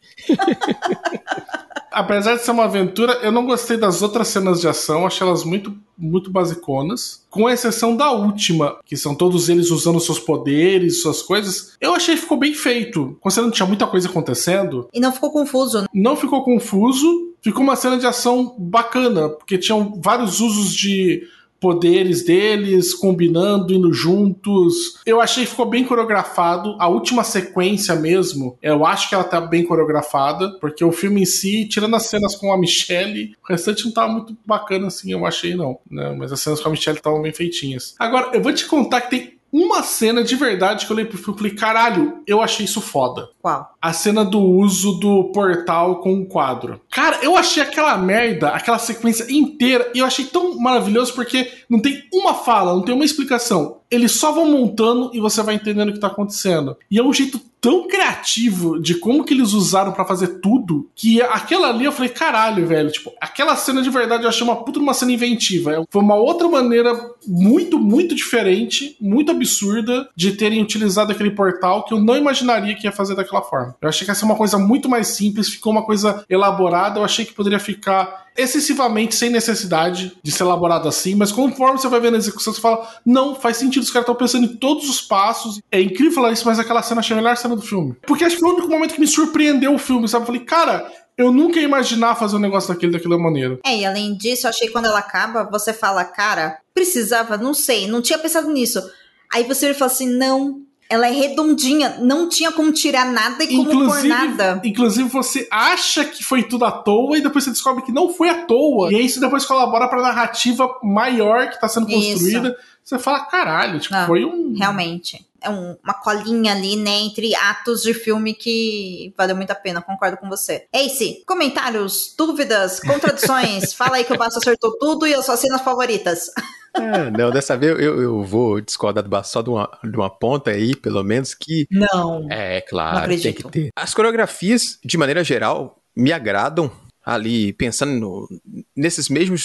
Apesar de ser uma aventura, eu não gostei das outras cenas de ação, achei elas muito, muito basiconas, com exceção da última, que são todos eles usando seus poderes, suas coisas. Eu achei que ficou bem feito, considerando que tinha muita coisa acontecendo. E não ficou confuso, né? Não ficou confuso, ficou uma cena de ação bacana, porque tinham vários usos de poderes deles, combinando, indo juntos. Eu achei que ficou bem coreografado. A última sequência mesmo, eu acho que ela tá bem coreografada, porque o filme em si, tirando as cenas com a Michelle, o restante não tava muito bacana assim, eu achei não. Né? Mas as cenas com a Michelle estavam bem feitinhas. Agora, eu vou te contar que tem uma cena de verdade que eu olhei pro filme e falei, caralho, eu achei isso foda. Qual? A cena do uso do portal com o quadro. Cara, eu achei aquela merda, aquela sequência inteira, e eu achei tão maravilhoso porque não tem uma fala, não tem uma explicação. Eles só vão montando e você vai entendendo o que tá acontecendo. E é um jeito tão criativo de como que eles usaram pra fazer tudo, que aquela ali eu falei, caralho, velho, tipo, aquela cena de verdade eu achei uma puta de uma cena inventiva. Foi uma outra maneira muito, muito diferente, muito absurda de terem utilizado aquele portal que eu não imaginaria que ia fazer daquela forma. Eu achei que ia ser uma coisa muito mais simples, ficou uma coisa elaborada, eu achei que poderia ficar excessivamente sem necessidade de ser elaborado assim, mas conforme você vai vendo a execução, você fala, não, faz sentido, os caras estão pensando em todos os passos. É incrível falar isso, mas aquela cena achei a melhor cena do filme. Porque acho que foi o único momento que me surpreendeu o filme, sabe? Eu falei, cara, eu nunca ia imaginar fazer um negócio daquele daquela maneira. É, e além disso, eu achei que quando ela acaba, você fala, cara, precisava, não sei, não tinha pensado nisso. Aí você fala assim, não, ela é redondinha, não tinha como tirar nada e como inclusive, pôr nada. Inclusive, você acha que foi tudo à toa e depois você descobre que não foi à toa. E aí isso depois colabora pra narrativa maior que tá sendo construída. Isso. Você fala, caralho, tipo, ah, foi um... Realmente. É um, uma colinha ali, né, entre atos de filme que valeu muito a pena, concordo com você. Ace, comentários, dúvidas, contradições, fala aí que o Basso acertou tudo e as suas cenas favoritas. É, não, dessa vez eu, eu vou discordar do Basso só de uma, de uma ponta aí, pelo menos que... Não. É, claro, tem que ter. As coreografias, de maneira geral, me agradam ali, pensando no, nesses mesmos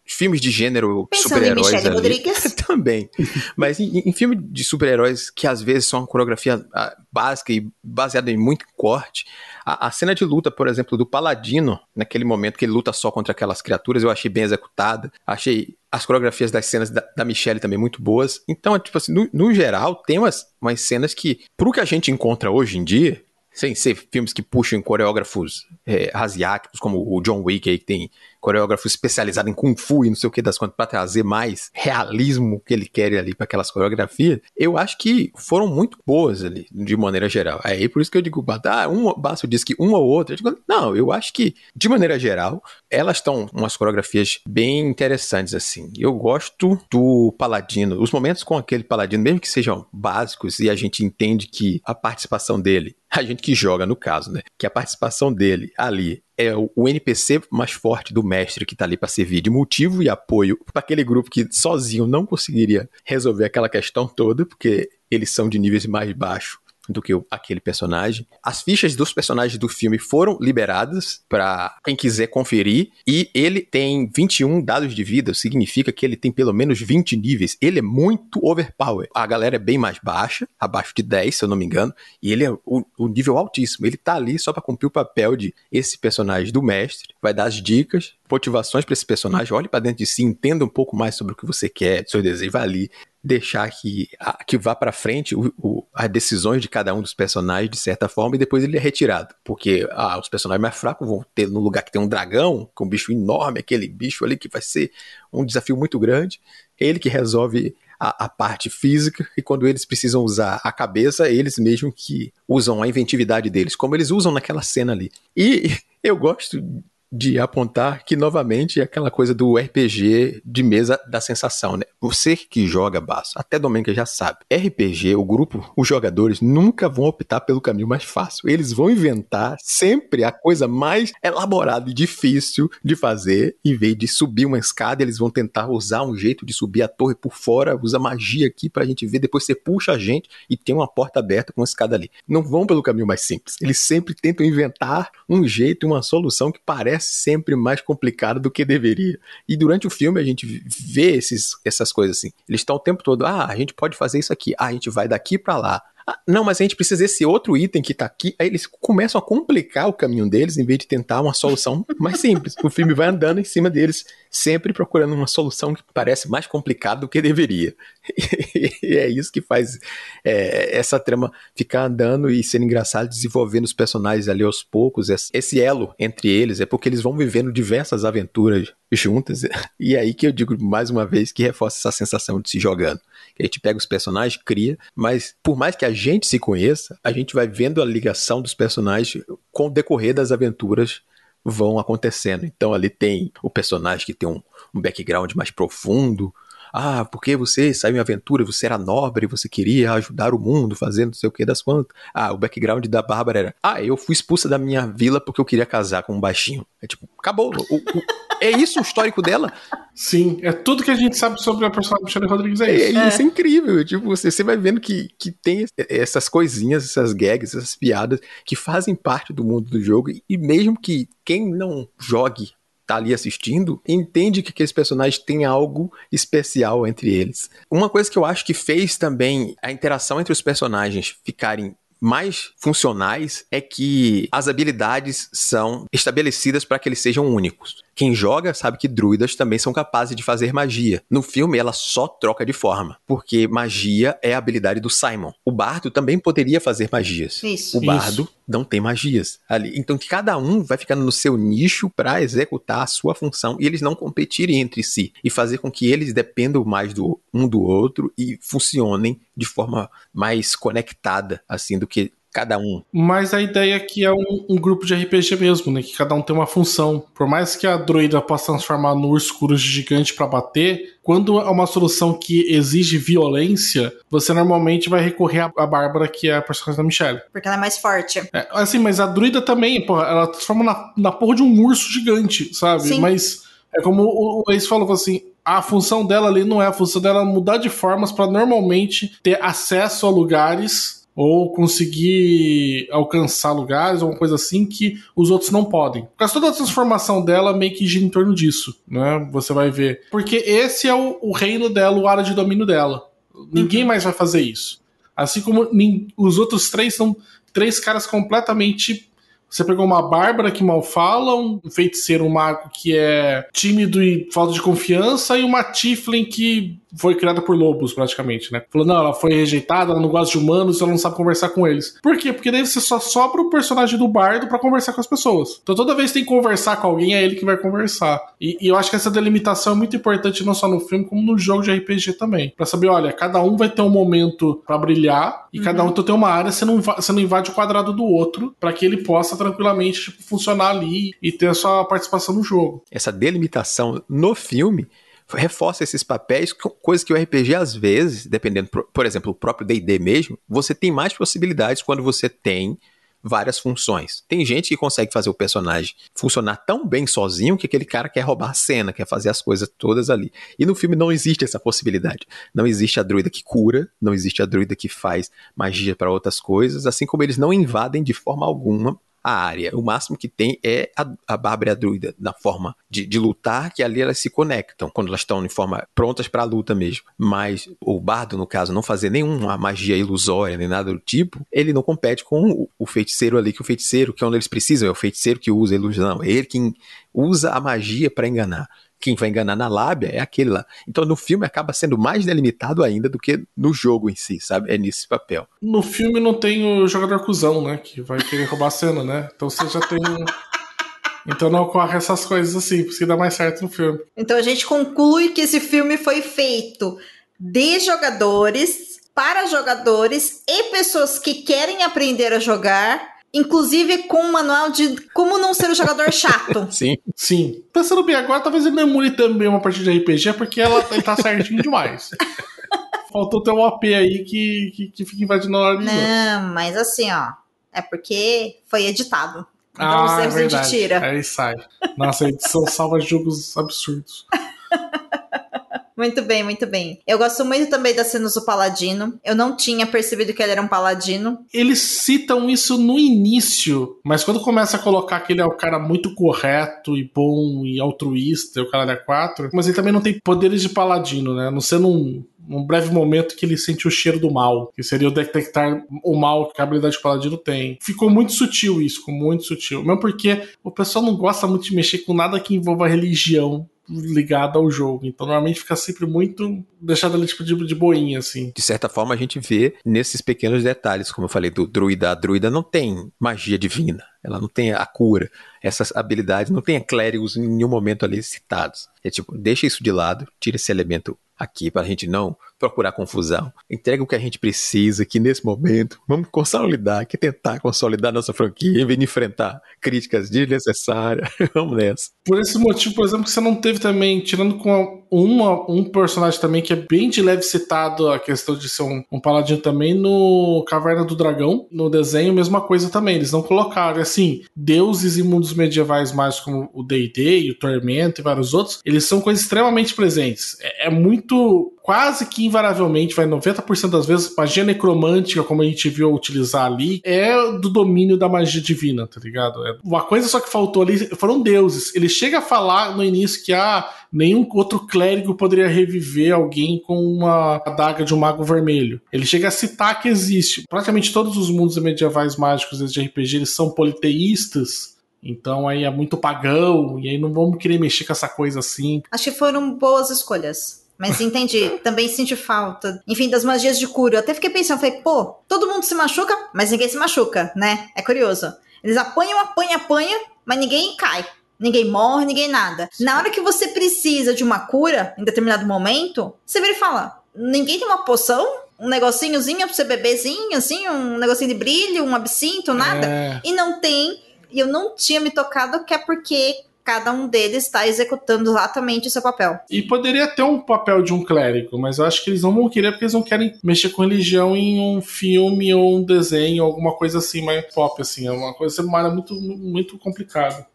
filmes de gênero Pensando super-heróis em Michelle ali. Rodrigues. Também. Mas em, em filme de super-heróis que às vezes são uma coreografia ah, básica e baseada em muito corte, a, a cena de luta, por exemplo, do Paladino, naquele momento que ele luta só contra aquelas criaturas, eu achei bem executada. Achei as coreografias das cenas da, da Michelle também muito boas. Então, tipo assim, no, no geral, tem umas, umas cenas que, pro que a gente encontra hoje em dia, sem ser filmes que puxam coreógrafos é, asiáticos, como o John Wick aí, que tem coreógrafo especializado em Kung Fu e não sei o que das contas, pra trazer mais realismo que ele quer ali para aquelas coreografias, eu acho que foram muito boas ali, de maneira geral. Aí por isso que eu digo, ah, um, Basso diz que uma ou outra, eu digo, não, eu acho que, de maneira geral, elas estão umas coreografias bem interessantes, assim. Eu gosto do Paladino, os momentos com aquele Paladino, mesmo que sejam básicos e a gente entende que a participação dele, a gente que joga no caso, né, que a participação dele ali é o N P C mais forte do mestre que tá ali para servir de motivo e apoio para aquele grupo que sozinho não conseguiria resolver aquela questão toda, porque eles são de níveis mais baixos do que aquele personagem. As fichas dos personagens do filme foram liberadas para quem quiser conferir, e ele tem vinte e um dados de vida, significa que ele tem pelo menos vinte níveis. Ele é muito overpower. A galera é bem mais baixa, abaixo de dez, se eu não me engano, e ele é o, o nível altíssimo. Ele tá ali só para cumprir o papel de esse personagem do mestre, vai dar as dicas, motivações para esse personagem, olhe para dentro de si, entenda um pouco mais sobre o que você quer, seu desejo, vai ali deixar que, que vá pra frente o, o, as decisões de cada um dos personagens, de certa forma, e depois ele é retirado. Porque ah, os personagens mais fracos vão ter no lugar que tem um dragão, com um bicho enorme, aquele bicho ali que vai ser um desafio muito grande. É ele que resolve a, a parte física, e quando eles precisam usar a cabeça, eles mesmo que usam a inventividade deles, como eles usam naquela cena ali. E eu gosto de apontar que, novamente, é aquela coisa do R P G de mesa da sensação, né? Você que joga, Basso, até Domênica já sabe, R P G, o grupo, os jogadores nunca vão optar pelo caminho mais fácil. Eles vão inventar sempre a coisa mais elaborada e difícil de fazer. Em vez de subir uma escada, eles vão tentar usar um jeito de subir a torre por fora, usa magia aqui pra gente ver, depois você puxa a gente e tem uma porta aberta com uma escada ali. Não vão pelo caminho mais simples. Eles sempre tentam inventar um jeito, uma solução que parece sempre mais complicado do que deveria. E durante o filme a gente vê esses, essas coisas assim. Eles estão o tempo todo, ah, a gente pode fazer isso aqui, ah, a gente vai daqui pra lá. Ah, não, mas a gente precisa desse outro item que tá aqui. Aí eles começam a complicar o caminho deles em vez de tentar uma solução mais simples. O filme vai andando em cima deles, sempre procurando uma solução que parece mais complicada do que deveria. E é isso que faz é, essa trama ficar andando e ser engraçado, desenvolvendo os personagens ali aos poucos. Esse elo entre eles é porque eles vão vivendo diversas aventuras juntas. E é aí que eu digo mais uma vez que reforça essa sensação de se jogando. Que a gente pega os personagens, cria, mas por mais que a gente se conheça, a gente vai vendo a ligação dos personagens com o decorrer das aventuras vão acontecendo. Então ali tem o personagem que tem um, um background mais profundo. Ah, porque você saiu em aventura, você era nobre, você queria ajudar o mundo, fazendo não sei o que das quantas. Ah, o background da Bárbara era, ah, eu fui expulsa da minha vila porque eu queria casar com um baixinho. É tipo, acabou. O, o, é isso o histórico dela? Sim, é tudo que a gente sabe sobre a personagem Michelle Rodrigues, é isso. É, é. Isso é incrível. Tipo, você, você vai vendo que, que tem essas coisinhas, essas gags, essas piadas que fazem parte do mundo do jogo, e mesmo que quem não jogue tá ali assistindo, entende que aqueles personagens têm algo especial entre eles. Uma coisa que eu acho que fez também a interação entre os personagens ficarem mais funcionais é que as habilidades são estabelecidas para que eles sejam únicos. Quem joga sabe que druidas também são capazes de fazer magia. No filme, ela só troca de forma, porque magia é a habilidade do Simon. O bardo também poderia fazer magias. Isso. O bardo Isso. não tem magias ali. Então, cada um vai ficando no seu nicho para executar a sua função e eles não competirem entre si e fazer com que eles dependam mais do um do outro e funcionem de forma mais conectada, assim, do que cada um. Mas a ideia aqui é um, um grupo de R P G mesmo, né? Que cada um tem uma função. Por mais que a druida possa transformar no urso coruja gigante pra bater, quando é uma solução que exige violência, você normalmente vai recorrer à Bárbara, que é a personagem da Michelle. Porque ela é mais forte. É, assim, mas a druida também, porra, ela transforma na, na porra de um urso gigante, sabe? Sim. Mas é como o Ace falou assim, a função dela ali não é a função dela mudar de formas pra normalmente ter acesso a lugares ou conseguir alcançar lugares, alguma coisa assim que os outros não podem. Porque toda a transformação dela meio que gira em torno disso, né? Você vai ver. Porque esse é o, o reino dela, o área de domínio dela. Ninguém uhum. mais vai fazer isso. Assim como os outros três são três caras completamente... Você pegou uma Bárbara que mal fala, um feiticeiro, um mago que é tímido e falta de confiança, e uma Tiefling que foi criada por lobos, praticamente, né? Falou, não, ela foi rejeitada, ela não gosta de humanos, ela não sabe conversar com eles. Por quê? Porque daí você só sobra o personagem do bardo pra conversar com as pessoas. Então toda vez que tem que conversar com alguém, é ele que vai conversar. E, e eu acho que essa delimitação é muito importante, não só no filme, como no jogo de R P G também. Pra saber, olha, cada um vai ter um momento pra brilhar, e uhum. cada um então, tem uma área, você não, você não invade o quadrado do outro, pra que ele possa tranquilamente tipo, funcionar ali e ter a sua participação no jogo. Essa delimitação no filme reforça esses papéis, coisa que o R P G às vezes, dependendo, por exemplo, o próprio D e D mesmo, você tem mais possibilidades quando você tem várias funções. Tem gente que consegue fazer o personagem funcionar tão bem sozinho que aquele cara quer roubar a cena, quer fazer as coisas todas ali. E no filme não existe essa possibilidade. Não existe a druida que cura, não existe a druida que faz magia para outras coisas, assim como eles não invadem de forma alguma a área. O máximo que tem é a, a Bárbara e a druida na forma de, de lutar, que ali elas se conectam, quando elas estão em forma prontas para a luta mesmo. Mas o bardo, no caso, não fazer nenhuma magia ilusória, nem nada do tipo, ele não compete com o, o feiticeiro ali, que o feiticeiro, que é onde eles precisam, é o feiticeiro que usa a ilusão, é ele quem usa a magia para enganar. Quem vai enganar na lábia é aquele lá. Então no filme acaba sendo mais delimitado ainda do que no jogo em si, sabe? É nesse papel. No filme não tem o jogador cuzão, né? Que vai querer roubar a cena, né? Então você já tem... Então não ocorre essas coisas assim, porque dá mais certo no filme. Então a gente conclui que esse filme foi feito de jogadores, para jogadores e pessoas que querem aprender a jogar... Inclusive com um manual de como não ser um jogador chato. Sim. Sim. Pensando bem agora, talvez ele não emule também uma partida de R P G, porque ela tá certinho demais. Faltou ter um O P aí que, que, que fica invadindo a hora dos Não, outros. mas assim, ó. É porque foi editado. Então ah, os erros é verdade. a gente tira. Aí sai. Nossa, a edição salva jogos absurdos. Muito bem, muito bem. Eu gosto muito também das cenas do Paladino. Eu não tinha percebido que ele era um Paladino. Eles citam isso no início, mas quando começa a colocar que ele é o cara muito correto e bom e altruísta, o cara é quatro, mas ele também não tem poderes de Paladino, né? Não sendo um... um breve momento que ele sente o cheiro do mal, que seria o detectar o mal que a habilidade de Paladino tem. Ficou muito sutil isso, ficou muito sutil. Mesmo porque o pessoal não gosta muito de mexer com nada que envolva religião ligada ao jogo. Então normalmente fica sempre muito deixado ali tipo de, de boinha, assim. De certa forma a gente vê nesses pequenos detalhes, como eu falei, do druida. A druida não tem magia divina, ela não tem a cura, essas habilidades, não tem clérigos em nenhum momento ali citados. É tipo, deixa isso de lado, tira esse elemento aqui pra gente não procurar confusão. Entrega o que a gente precisa aqui nesse momento. Vamos consolidar, aqui tentar consolidar nossa franquia em vez de enfrentar críticas desnecessárias. Vamos nessa. Por esse motivo, por exemplo, que você não teve também, tirando com uma, um personagem também que é bem de leve citado, a questão de ser um, um paladino também, no Caverna do Dragão, no desenho, mesma coisa também. Eles não colocaram, assim, deuses e mundos medievais mais como o D e D e o Tormento e vários outros, eles são coisas extremamente presentes. É, é muito... quase que invariavelmente, vai noventa por cento das vezes, magia necromântica, como a gente viu utilizar ali, é do domínio da magia divina, tá ligado? É uma coisa só que faltou ali foram deuses. Ele chega a falar no início que ah, nenhum outro clérigo poderia reviver alguém com uma adaga de um mago vermelho. Ele chega a citar que existe. Praticamente todos os mundos medievais mágicos de R P G eles são politeístas. Então aí é muito pagão, e aí não vamos querer mexer com essa coisa assim. Acho que foram boas escolhas. Mas entendi, também senti falta. Enfim, das magias de cura. Eu até fiquei pensando, falei, pô, todo mundo se machuca, mas ninguém se machuca, né? É curioso. Eles apanham, apanham, apanham, mas ninguém cai. Ninguém morre, ninguém nada. Na hora que você precisa de uma cura, em determinado momento, você vira e fala, ninguém tem uma poção? Um negocinhozinho pra você bebezinho, assim, um negocinho de brilho, um absinto, nada? É. E não tem, e eu não tinha me tocado que é porque... cada um deles está executando exatamente o seu papel. E poderia ter um papel de um clérigo, mas eu acho que eles não vão querer porque eles não querem mexer com religião em um filme ou um desenho, alguma coisa assim, mais pop, assim. É uma coisa, uma área muito, muito complicada.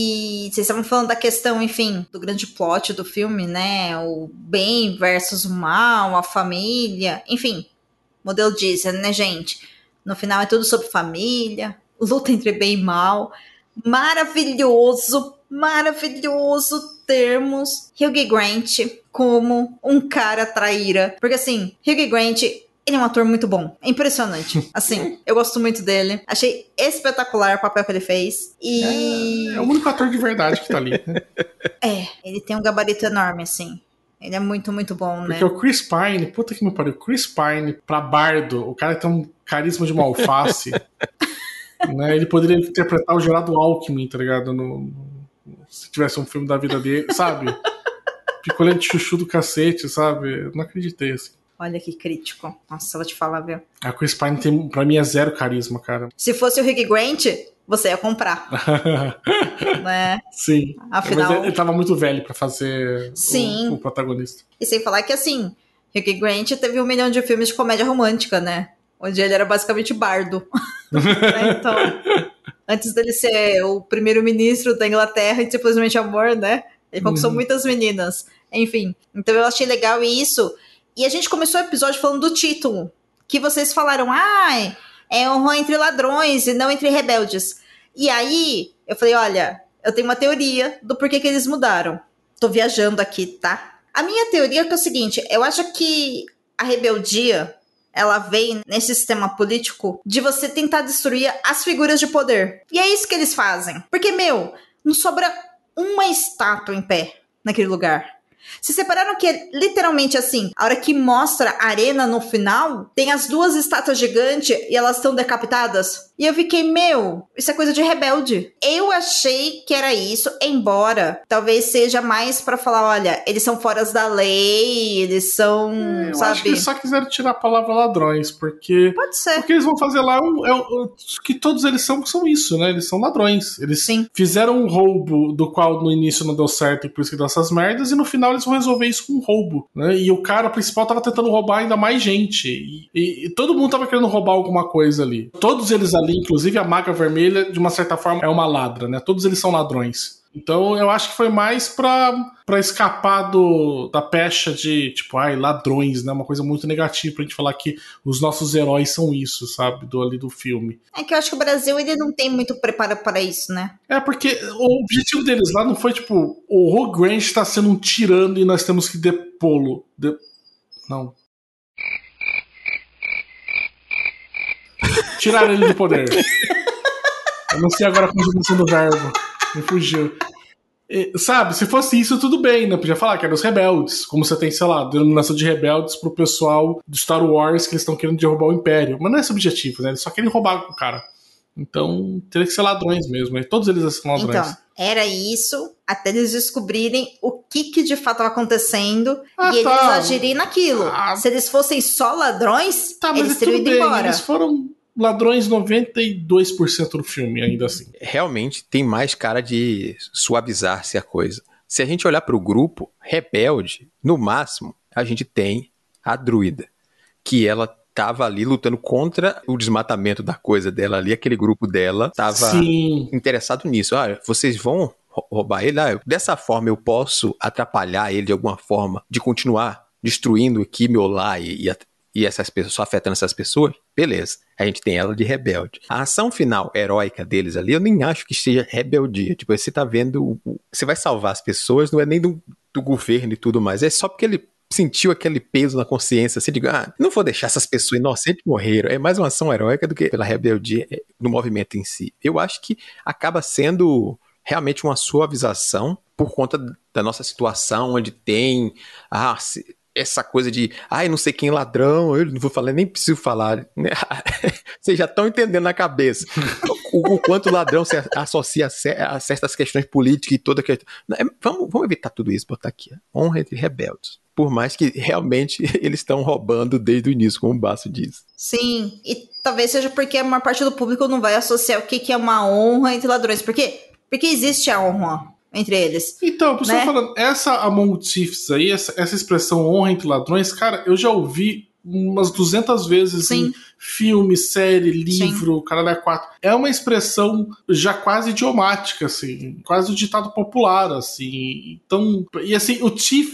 E vocês estavam falando da questão, enfim, do grande plot do filme, né? O bem versus o mal, a família, enfim, modelo Disney, né, gente? No final é tudo sobre família, luta entre bem e mal. Maravilhoso, maravilhoso termos Hugh Grant como um cara traíra. Porque assim, Hugh Grant, ele é um ator muito bom. É impressionante. Assim, eu gosto muito dele. Achei espetacular o papel que ele fez. E... É, é o único ator de verdade que tá ali. Né? É, ele tem um gabarito enorme, assim. Ele é muito, muito bom, né? Porque o Chris Pine, puta que me pariu, Chris Pine pra Bardo, o cara tem um carisma de uma alface. Né? Ele poderia interpretar o Geraldo Alckmin, tá ligado? No, no, se tivesse um filme da vida dele, sabe? Picolé de chuchu do cacete, sabe? Eu não acreditei, assim. Olha que crítico. Nossa, eu vou te falar, viu? A Chris Pine, tem, pra mim, é zero carisma, cara. Se fosse o Hugh Grant, você ia comprar. Né? Sim. Afinal... Mas ele tava muito velho pra fazer Sim. O, o protagonista. E sem falar que, assim, Hugh Grant teve um milhão de filmes de comédia romântica, né? Onde ele era basicamente bardo. Né? Então, antes dele ser o primeiro-ministro da Inglaterra e Simplesmente Amor, né? Ele conquistou uhum. muitas meninas. Enfim, então eu achei legal isso. E a gente começou o episódio falando do título. Que vocês falaram, ah, é honra entre ladrões e não entre rebeldes. E aí, eu falei, olha, eu tenho uma teoria do porquê que eles mudaram. Tô viajando aqui, tá? A minha teoria é, que é o seguinte, eu acho que a rebeldia... ela vem nesse sistema político de você tentar destruir as figuras de poder. E é isso que eles fazem. Porque, meu, não sobra uma estátua em pé naquele lugar. Se separaram que é literalmente assim, a hora que mostra a arena no final, tem as duas estátuas gigantes e elas estão decapitadas. E eu fiquei, meu, isso é coisa de rebelde. Eu achei que era isso, embora talvez seja mais pra falar, olha, eles são fora da lei, eles são, é, eu sabe? acho que eles só quiseram tirar a palavra ladrões, porque... Pode ser. O que eles vão fazer lá, é, o, é o, que todos eles são, são isso, né? Eles são ladrões. Eles Sim. fizeram um roubo do qual no início não deu certo e por isso que deu essas merdas, e no final eles vão resolver isso com um roubo, né? E o cara principal tava tentando roubar ainda mais gente. E, e, e todo mundo tava querendo roubar alguma coisa ali. Todos eles ali, inclusive a Maga Vermelha, de uma certa forma, é uma ladra, né? Todos eles são ladrões. Então eu acho que foi mais pra, pra escapar do, da pecha de, tipo, ai, ladrões, né? Uma coisa muito negativa pra gente falar que os nossos heróis são isso, sabe? Do, ali do filme. É que eu acho que o Brasil, ele não tem muito preparo para isso, né? É, porque o objetivo deles lá não foi, tipo, o Hugh Grant tá sendo um tirano e nós temos que depô-lo. De... Não. Tiraram ele do poder. Eu não sei agora a conjugação do verbo. Me fugiu. E, sabe, se fosse isso, tudo bem, né? Podia falar que eram os rebeldes. Como você tem, sei lá, denominação de rebeldes pro pessoal do Star Wars que eles estão querendo derrubar o Império. Mas não é esse o objetivo, né? Eles só querem roubar o cara. Então, teria que ser ladrões mesmo. Né? Todos eles são ladrões. Então, era isso até eles descobrirem o que, que de fato estava acontecendo ah, e tá. eles agirem naquilo. Ah. Se eles fossem só ladrões, tá, mas eles teriam ido bem. embora. Eles foram ladrões noventa e dois por cento do filme, ainda assim. Realmente tem mais cara de suavizar-se a coisa. Se a gente olhar para o grupo rebelde, no máximo, a gente tem a druida, que ela tava ali lutando contra o desmatamento da coisa dela ali, aquele grupo dela tava Sim. interessado nisso. Ah, vocês vão roubar ele? Ah, dessa forma eu posso atrapalhar ele de alguma forma, de continuar destruindo aqui meu lar e, e, e essas pessoas, só afetando essas pessoas? Beleza, a gente tem ela de rebelde. A ação final heróica deles ali, eu nem acho que seja rebeldia. Tipo, você tá vendo, você vai salvar as pessoas, não é nem do, do governo e tudo mais, é só porque ele sentiu aquele peso na consciência, assim, de, ah, não vou deixar essas pessoas inocentes morrer. É mais uma ação heróica do que pela rebeldia no movimento em si. Eu acho que acaba sendo realmente uma suavização por conta da nossa situação, onde tem ah, essa coisa de, ai, ah, não sei quem é ladrão, eu não vou falar, nem preciso falar. Vocês já estão entendendo na cabeça o, o quanto o ladrão se associa a certas questões políticas e toda questão. Vamos, vamos evitar tudo isso, botar aqui. Honra entre rebeldes. Por mais que realmente eles estão roubando desde o início, como o Basso diz. Sim, e talvez seja porque a maior parte do público não vai associar o que, que é uma honra entre ladrões. Por quê? Porque existe a honra entre eles. Então, o pessoal né? falando, essa Among Thieves aí, essa, essa expressão honra entre ladrões, cara, eu já ouvi umas duzentas vezes Sim. em filme, série, livro, Sim. caralho, é quatro. É uma expressão já quase idiomática, assim, quase o ditado popular, assim. Então, e assim, o thief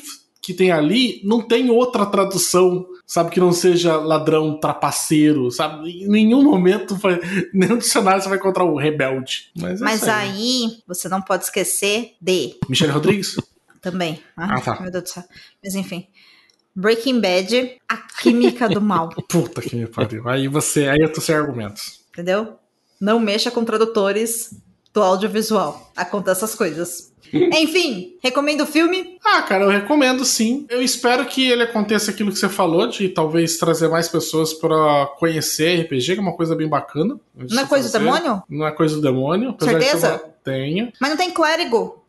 que tem ali, não tem outra tradução, sabe, que não seja ladrão, trapaceiro, sabe? Em nenhum momento, vai, nenhum dicionário você vai encontrar o rebelde. Mas, é Mas aí. aí, você não pode esquecer de... Michelle Rodrigues? Também. Ah, Ah, tá. Meu Deus do céu. Mas enfim. Breaking Bad, a química do mal. Puta que me pariu. Aí você, aí eu tô sem argumentos. Entendeu? Não mexa com tradutores do audiovisual. Acontece essas coisas. Enfim, recomendo o filme. Ah, cara, eu recomendo sim. Eu espero que ele aconteça aquilo que você falou, de talvez trazer mais pessoas pra conhecer R P G, que é uma coisa bem bacana. Não é coisa do demônio? Não é coisa do demônio. Apesar Certeza? De ser uma... Tenho. Mas não tem clérigo.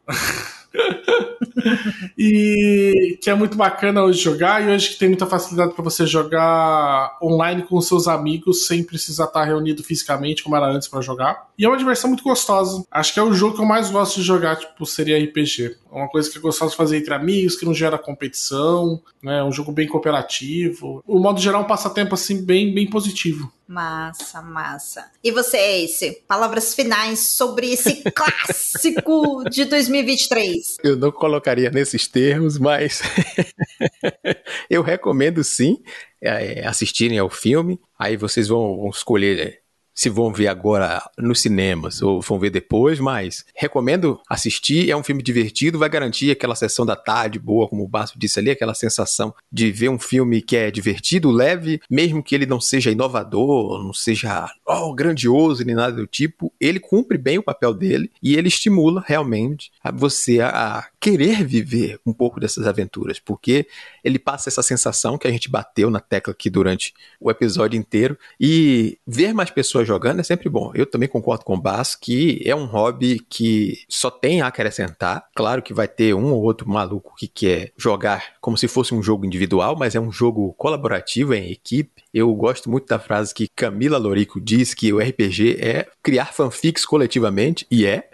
E que é muito bacana hoje jogar, e hoje que tem muita facilidade para você jogar online com os seus amigos sem precisar estar reunido fisicamente como era antes para jogar. E é uma diversão muito gostosa. Acho que é o jogo que eu mais gosto de jogar, tipo, seria R P G. É uma coisa que é gostosa de fazer entre amigos, que não gera competição, né? É um jogo bem cooperativo. O modo geral é um passatempo assim bem, bem positivo. Massa, massa. E você, Ace? Palavras finais sobre esse clássico de dois mil e vinte e três. Eu não colocaria nesses termos, mas eu recomendo sim é, assistirem ao filme. Aí vocês vão, vão escolher se vão ver agora nos cinemas ou vão ver depois, mas recomendo assistir. É um filme divertido, vai garantir aquela sessão da tarde boa, como o Basso disse ali, aquela sensação de ver um filme que é divertido, leve, mesmo que ele não seja inovador, não seja oh, grandioso nem nada do tipo, ele cumpre bem o papel dele e ele estimula realmente a você a, a querer viver um pouco dessas aventuras, porque ele passa essa sensação que a gente bateu na tecla aqui durante o episódio inteiro, e ver mais pessoas jogando é sempre bom. Eu também concordo com o Basso que é um hobby que só tem a acrescentar. Claro que vai ter um ou outro maluco que quer jogar como se fosse um jogo individual, mas é um jogo colaborativo, é em equipe. Eu gosto muito da frase que Camila Lorico diz, que o R P G é criar fanfics coletivamente, e é.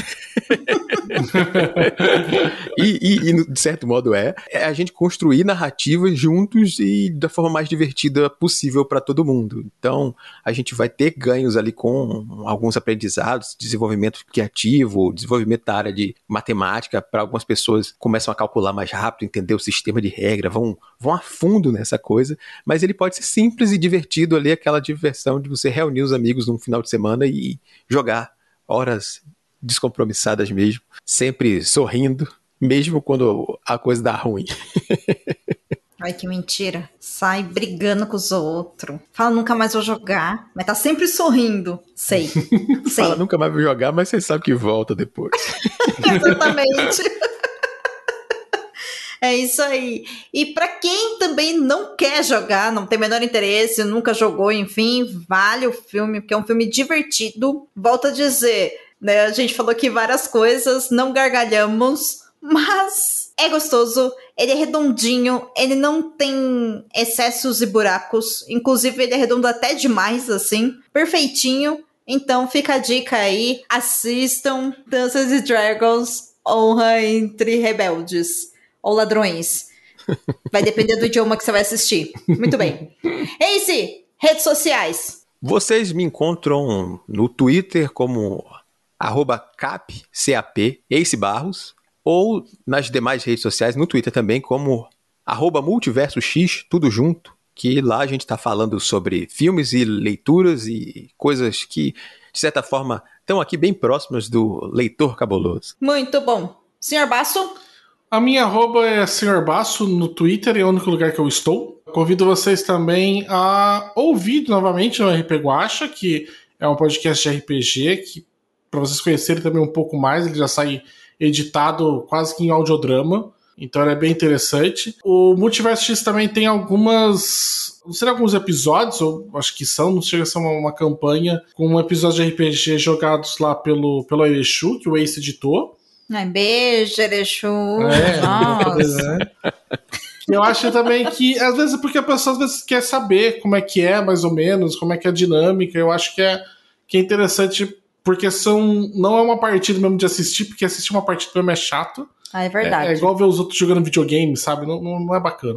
e, e, e, de certo modo, é, é a gente construir narrativas juntos e da forma mais divertida possível para todo mundo. Então, a gente vai ter ganhos ali com alguns aprendizados, desenvolvimento criativo, desenvolvimento da área de matemática. Para algumas pessoas começam a calcular mais rápido, entender o sistema de regra, vão, vão a fundo nessa coisa, mas ele pode ser simples e divertido ali, aquela diversão de você reunir os amigos num final de semana e jogar horas descompromissadas mesmo, sempre sorrindo, mesmo quando a coisa dá ruim. Ai, que mentira. Sai brigando com os outros. Fala, nunca mais vou jogar, mas tá sempre sorrindo. Sei. Sei. Fala, nunca mais vou jogar, mas você sabe que volta depois. Exatamente. É isso aí. E pra quem também não quer jogar, não tem o menor interesse, nunca jogou, enfim, vale o filme, porque é um filme divertido. Volto a dizer, né, a gente falou aqui várias coisas, não gargalhamos, mas é gostoso, ele é redondinho, ele não tem excessos e buracos, inclusive ele é redondo até demais, assim, perfeitinho. Então fica a dica aí, assistam Dungeons and Dragons, Honra entre Rebeldes. Ou ladrões. Vai depender do idioma que você vai assistir. Muito bem. Ace, redes sociais. Vocês me encontram no Twitter como arroba cap, cap, Ace Barros, ou nas demais redes sociais, no Twitter também, como arroba multiversox, tudo junto, que lá a gente está falando sobre filmes e leituras e coisas que, de certa forma, estão aqui bem próximas do leitor cabuloso. Muito bom. senhor Basso? A minha arroba é senhor Basso no Twitter, é o único lugar que eu estou. Convido vocês também a ouvir novamente o R P Guacha, que é um podcast de R P G, que para vocês conhecerem também um pouco mais, ele já sai editado quase que em audiodrama, então ele é bem interessante. O Multiverso X também tem algumas, não sei, alguns episódios, ou acho que são, não chega a ser uma, uma campanha, com um episódio de R P G jogados lá pelo, pelo Erechu, que o Ace editou. Ai, beijo, Erechu. É, nossa. Eu acho também que, às vezes, porque a pessoa às vezes quer saber como é que é, mais ou menos, como é que é a dinâmica. Eu acho que é, que é interessante, porque são, não é uma partida mesmo de assistir, porque assistir uma partida mesmo é chato. Ah, é verdade. É, é igual ver os outros jogando videogame, sabe? Não, não, não é bacana.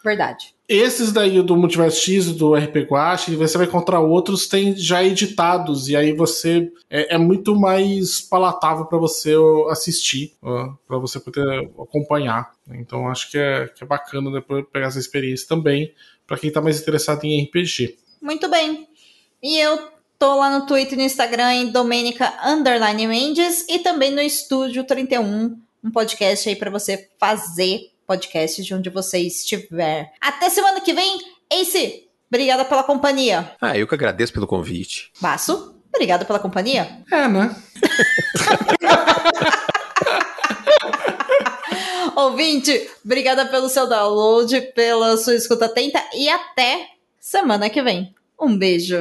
Verdade. Esses daí, do Multiverso X, do R P Guache, você vai encontrar outros tem já editados, e aí você é, é muito mais palatável para você assistir, para você poder acompanhar. Então acho que é, que é bacana depois pegar essa experiência também, para quem tá mais interessado em R P G. Muito bem. E eu tô lá no Twitter e no Instagram em Domenica Underline Mendes e também no Estúdio trinta e um, um podcast aí para você fazer podcast de onde você estiver. Até semana que vem. Ace, obrigada pela companhia. Ah, eu que agradeço pelo convite. Basso, obrigado pela companhia. É, né? Ouvinte, obrigada pelo seu download, pela sua escuta atenta e até semana que vem. Um beijo.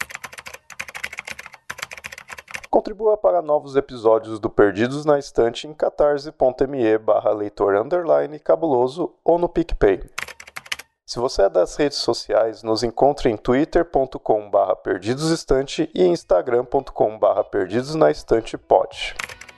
Contribua para novos episódios do Perdidos na Estante em catarse.me barra leitor underline cabuloso ou no PicPay. Se você é das redes sociais, nos encontre em twitter.com barra perdidosestante e instagram.com barra perdidosnaestantepod.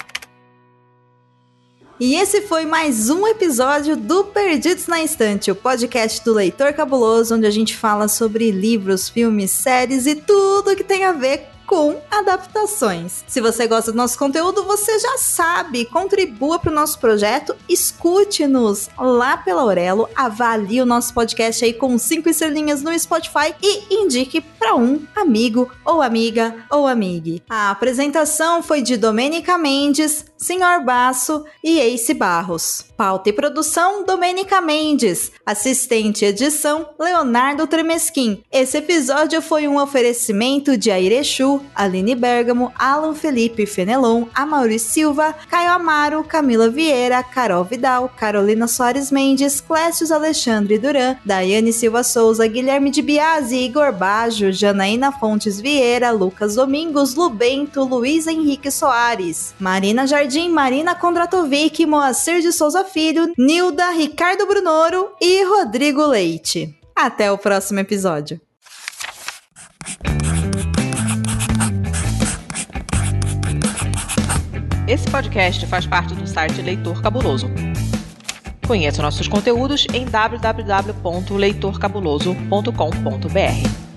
E esse foi mais um episódio do Perdidos na Estante, o podcast do Leitor Cabuloso, onde a gente fala sobre livros, filmes, séries e tudo que tem a ver com adaptações. Se você gosta do nosso conteúdo, você já sabe, contribua para o nosso projeto, escute-nos lá pela Aurelo, avalie o nosso podcast aí com cinco estrelinhas no Spotify e indique para um amigo ou amiga ou amigue. A apresentação foi de Domenica Mendes, Senhor Basso e Ace Barros. Pauta e produção, Domenica Mendes. Assistente e edição, Leonardo Tremesquim. Esse episódio foi um oferecimento de Airechu, Aline Bergamo, Alan Felipe Fenelon, Amaury Silva, Caio Amaro, Camila Vieira, Carol Vidal, Carolina Soares Mendes, Clécius Alexandre Duran, Daiane Silva Souza, Guilherme de Biasi, Igor Baggio, Janaína Fontes Vieira, Lucas Domingos, Lubento, Luiz Henrique Soares, Marina Jardim, Marina Kondratovic, Moacir de Souza Filho, Nilda, Ricardo Brunoro e Rodrigo Leite. Até o próximo episódio. Esse podcast faz parte do site Leitor Cabuloso. Conheça nossos conteúdos em w w w ponto leitor cabuloso ponto com ponto b r.